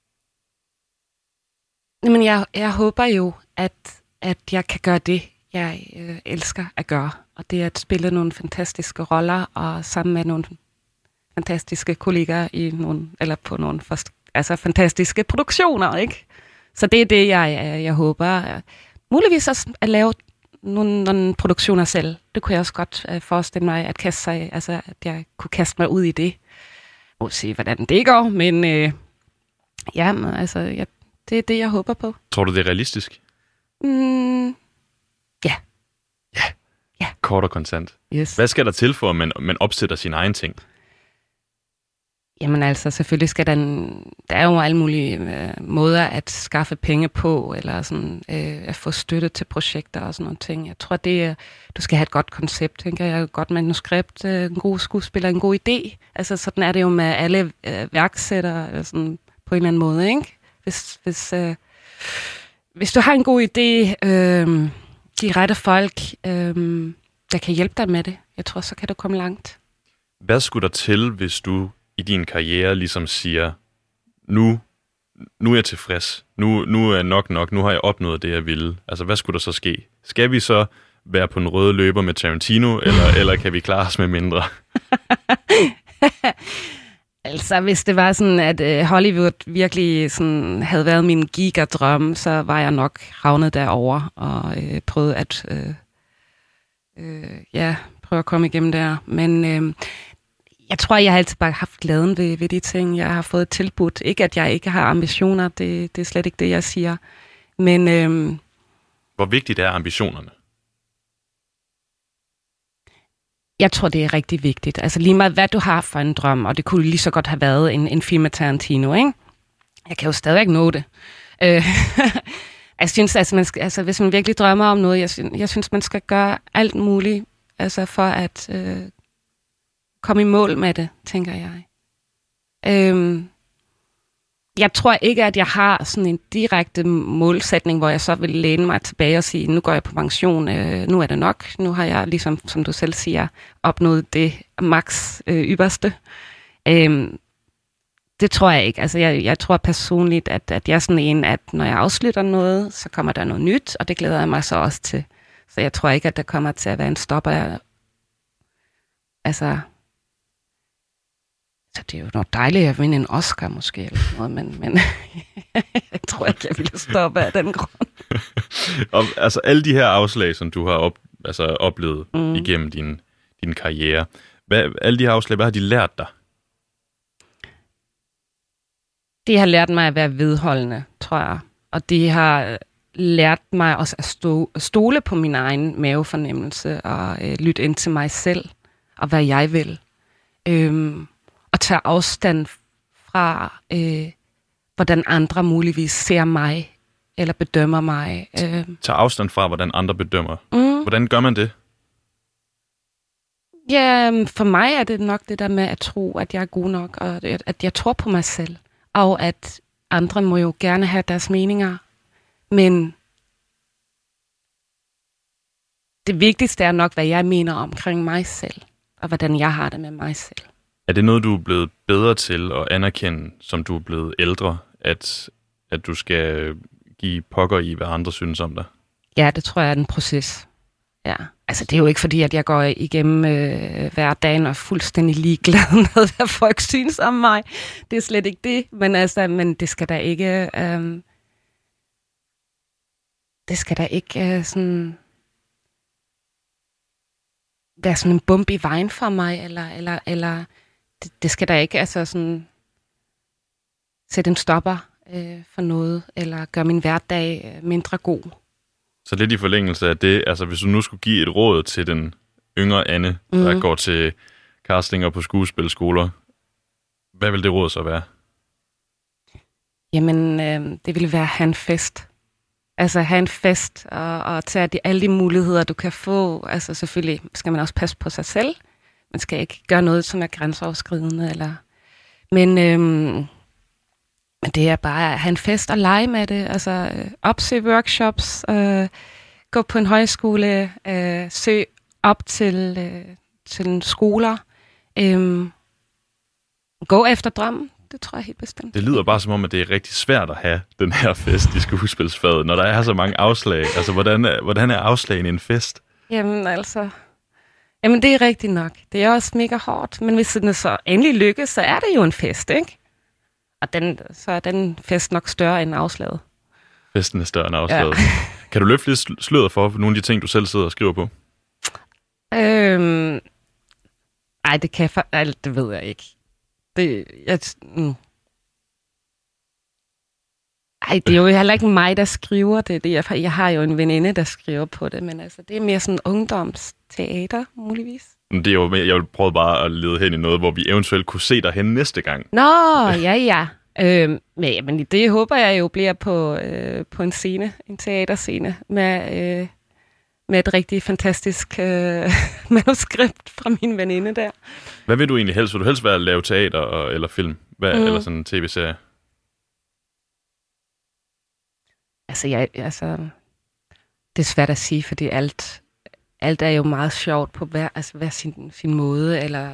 Jamen, jeg håber jo, at jeg kan gøre det, jeg elsker at gøre. Og det er at spille nogle fantastiske roller, og sammen med nogle fantastiske kollegaer på nogle fantastiske produktioner, ikke? Så det er det, jeg håber. Muligvis også at lave nogle produktioner selv. Det kunne jeg også godt forestille mig, at at jeg kunne kaste mig ud i det. Må se, hvordan det går, men det er det, jeg håber på. Tror du, det er realistisk? Ja. Ja. Kort og kontant. Yes. Hvad skal der til for, at man opsætter sin egen ting? Jamen altså, selvfølgelig skal der er jo alle mulige måder at skaffe penge på, eller sådan, at få støtte til projekter og sådan nogle ting. Jeg tror, du skal have et godt koncept, tænker jeg. Et godt manuskript, en god skuespiller, en god idé. Altså sådan er det jo med alle værksættere sådan, på en eller anden måde, ikke? Hvis du har en god idé, de rette folk, der kan hjælpe dig med det, jeg tror, så kan du komme langt. Hvad skulle der til, hvis du i din karriere ligesom siger, nu er jeg tilfreds, nu er nok, nu har jeg opnået det, jeg ville. Altså, hvad skulle der så ske? Skal vi så være på en røde løber med Tarantino, eller kan vi klare os med mindre? Altså, hvis det var sådan, at Hollywood virkelig sådan, havde været min gigadrøm, så var jeg nok havnet derover og prøvet at komme igennem der. Men Jeg tror, jeg har altid bare haft glæden ved de ting, jeg har fået tilbudt. Ikke, at jeg ikke har ambitioner, det er slet ikke det, jeg siger. Men hvor vigtigt er ambitionerne? Jeg tror, det er rigtig vigtigt. Altså lige meget, hvad du har for en drøm, og det kunne lige så godt have været en film med Tarantino, ikke? Jeg kan jo stadigvæk nå det. Jeg synes, altså, hvis man virkelig drømmer om noget, jeg synes, man skal gøre alt muligt, altså for at komme i mål med det, tænker jeg. Jeg tror ikke, at jeg har sådan en direkte målsætning, hvor jeg så vil læne mig tilbage og sige, nu går jeg på pension, nu er det nok. Nu har jeg, ligesom som du selv siger, opnået det max ypperste. Det tror jeg ikke. Altså, jeg tror personligt, at jeg er sådan en, at når jeg afslutter noget, så kommer der noget nyt, og det glæder jeg mig så også til. Så jeg tror ikke, at der kommer til at være en stopper. Altså, så det er jo noget dejligt at vinde en Oscar måske, eller noget, men jeg tror ikke, jeg ville stoppe af den grund. Og, altså, alle de her afslag, som du har oplevet igennem din karriere, alle de her afslag, hvad har de lært dig? Det har lært mig at være vedholdende, tror jeg. Og det har lært mig også at stole på min egen mavefornemmelse og lytte ind til mig selv og hvad jeg vil. Og tage afstand fra, hvordan andre muligvis ser mig eller bedømmer mig. Tage afstand fra, hvordan andre bedømmer. Hvordan gør man det? Ja, for mig er det nok det der med at tro, at jeg er god nok, og at jeg tror på mig selv. Og at andre må jo gerne have deres meninger. Men det vigtigste er nok, hvad jeg mener omkring mig selv, og hvordan jeg har det med mig selv. Er det noget, du er blevet bedre til at anerkende, som du er blevet ældre, at du skal give pokker i, hvad andre synes om dig? Ja, det tror jeg er en proces. Ja. Altså, det er jo ikke fordi, at jeg går igennem hverdagen og er fuldstændig ligeglad med, hvad folk synes om mig. Det er slet ikke det. Men det skal da ikke... det skal da ikke sådan... være sådan en bump i vejen for mig, eller det skal da ikke altså sådan sætte en stopper for noget, eller gøre min hverdag mindre god. Så lidt i forlængelse af det, altså hvis du nu skulle give et råd til den yngre Anne, der går til castinger på skuespilskoler, hvad vil det råd så være? Jamen, det ville være at have en fest. Altså have en fest og tage alle de muligheder, du kan få. Altså selvfølgelig skal man også passe på sig selv. Man skal ikke gøre noget, som er grænseoverskridende. Men det er bare at have en fest og lege med det. Altså opsøge workshops, gå på en højskole, søge op til skoler. Gå efter drømmen. Det tror jeg helt bestemt. Det lyder bare som om, at det er rigtig svært at have den her fest i skuespilsfaget, når der er så mange afslag. Altså, hvordan er afslagen i en fest? Jamen, det er rigtigt nok. Det er også mega hårdt, men hvis det så endelig lykkes, så er det jo en fest, ikke? Og så er den fest nok større end afslaget. Festen er større end afslaget. Ja. Kan du løfte lidt sløret for nogle af de ting, du selv sidder og skriver på? Ej, det ved jeg ikke. Det er jo heller ikke mig, der skriver det. Jeg har jo en veninde, der skriver på det, men altså, det er mere sådan ungdomsteater, muligvis. Det er jo, jeg vil prøve bare at lede hen i noget, hvor vi eventuelt kunne se dig hen næste gang. Nå, ja. Men det håber jeg jo bliver på en scene, en teaterscene, med et rigtig fantastisk manuskript fra min veninde der. Hvad vil du egentlig helst? Vil du helst være at lave teater eller film? Eller sådan en tv-serie? Det er svært at sige, fordi alt er jo meget sjovt på hver sin måde. Eller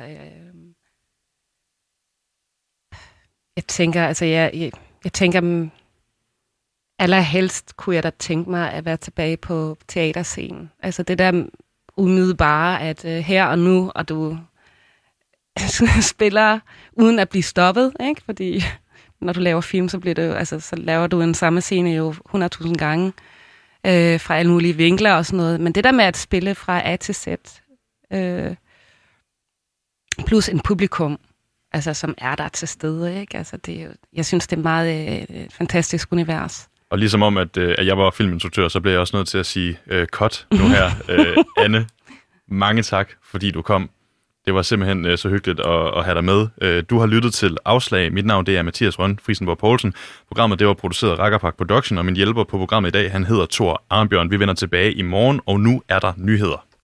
jeg tænker, allerhelst kunne jeg da tænke mig at være tilbage på teaterscenen. Altså det der umiddelbare, at her og nu, og du spiller uden at blive stoppet, ikke? Fordi når du laver film, så bliver det jo, så laver du en samme scene jo 100.000 gange fra alle mulige vinkler og sådan noget. Men det der med at spille fra A til Z, plus en publikum, altså, som er der til stede. Ikke? Altså, det er jo, jeg synes, det er meget fantastisk univers. Og ligesom om, at jeg var filminstruktør, så blev jeg også nødt til at sige cut nu her. Anne, mange tak, fordi du kom. Det var simpelthen så hyggeligt at have dig med. Du har lyttet til Afslag. Mit navn det er Mathias Rønn Friesenborg Poulsen. Programmet det var produceret af Rakkerpark Production, og min hjælper på programmet i dag, han hedder Thor Arnbjørn. Vi vender tilbage i morgen, og nu er der nyheder.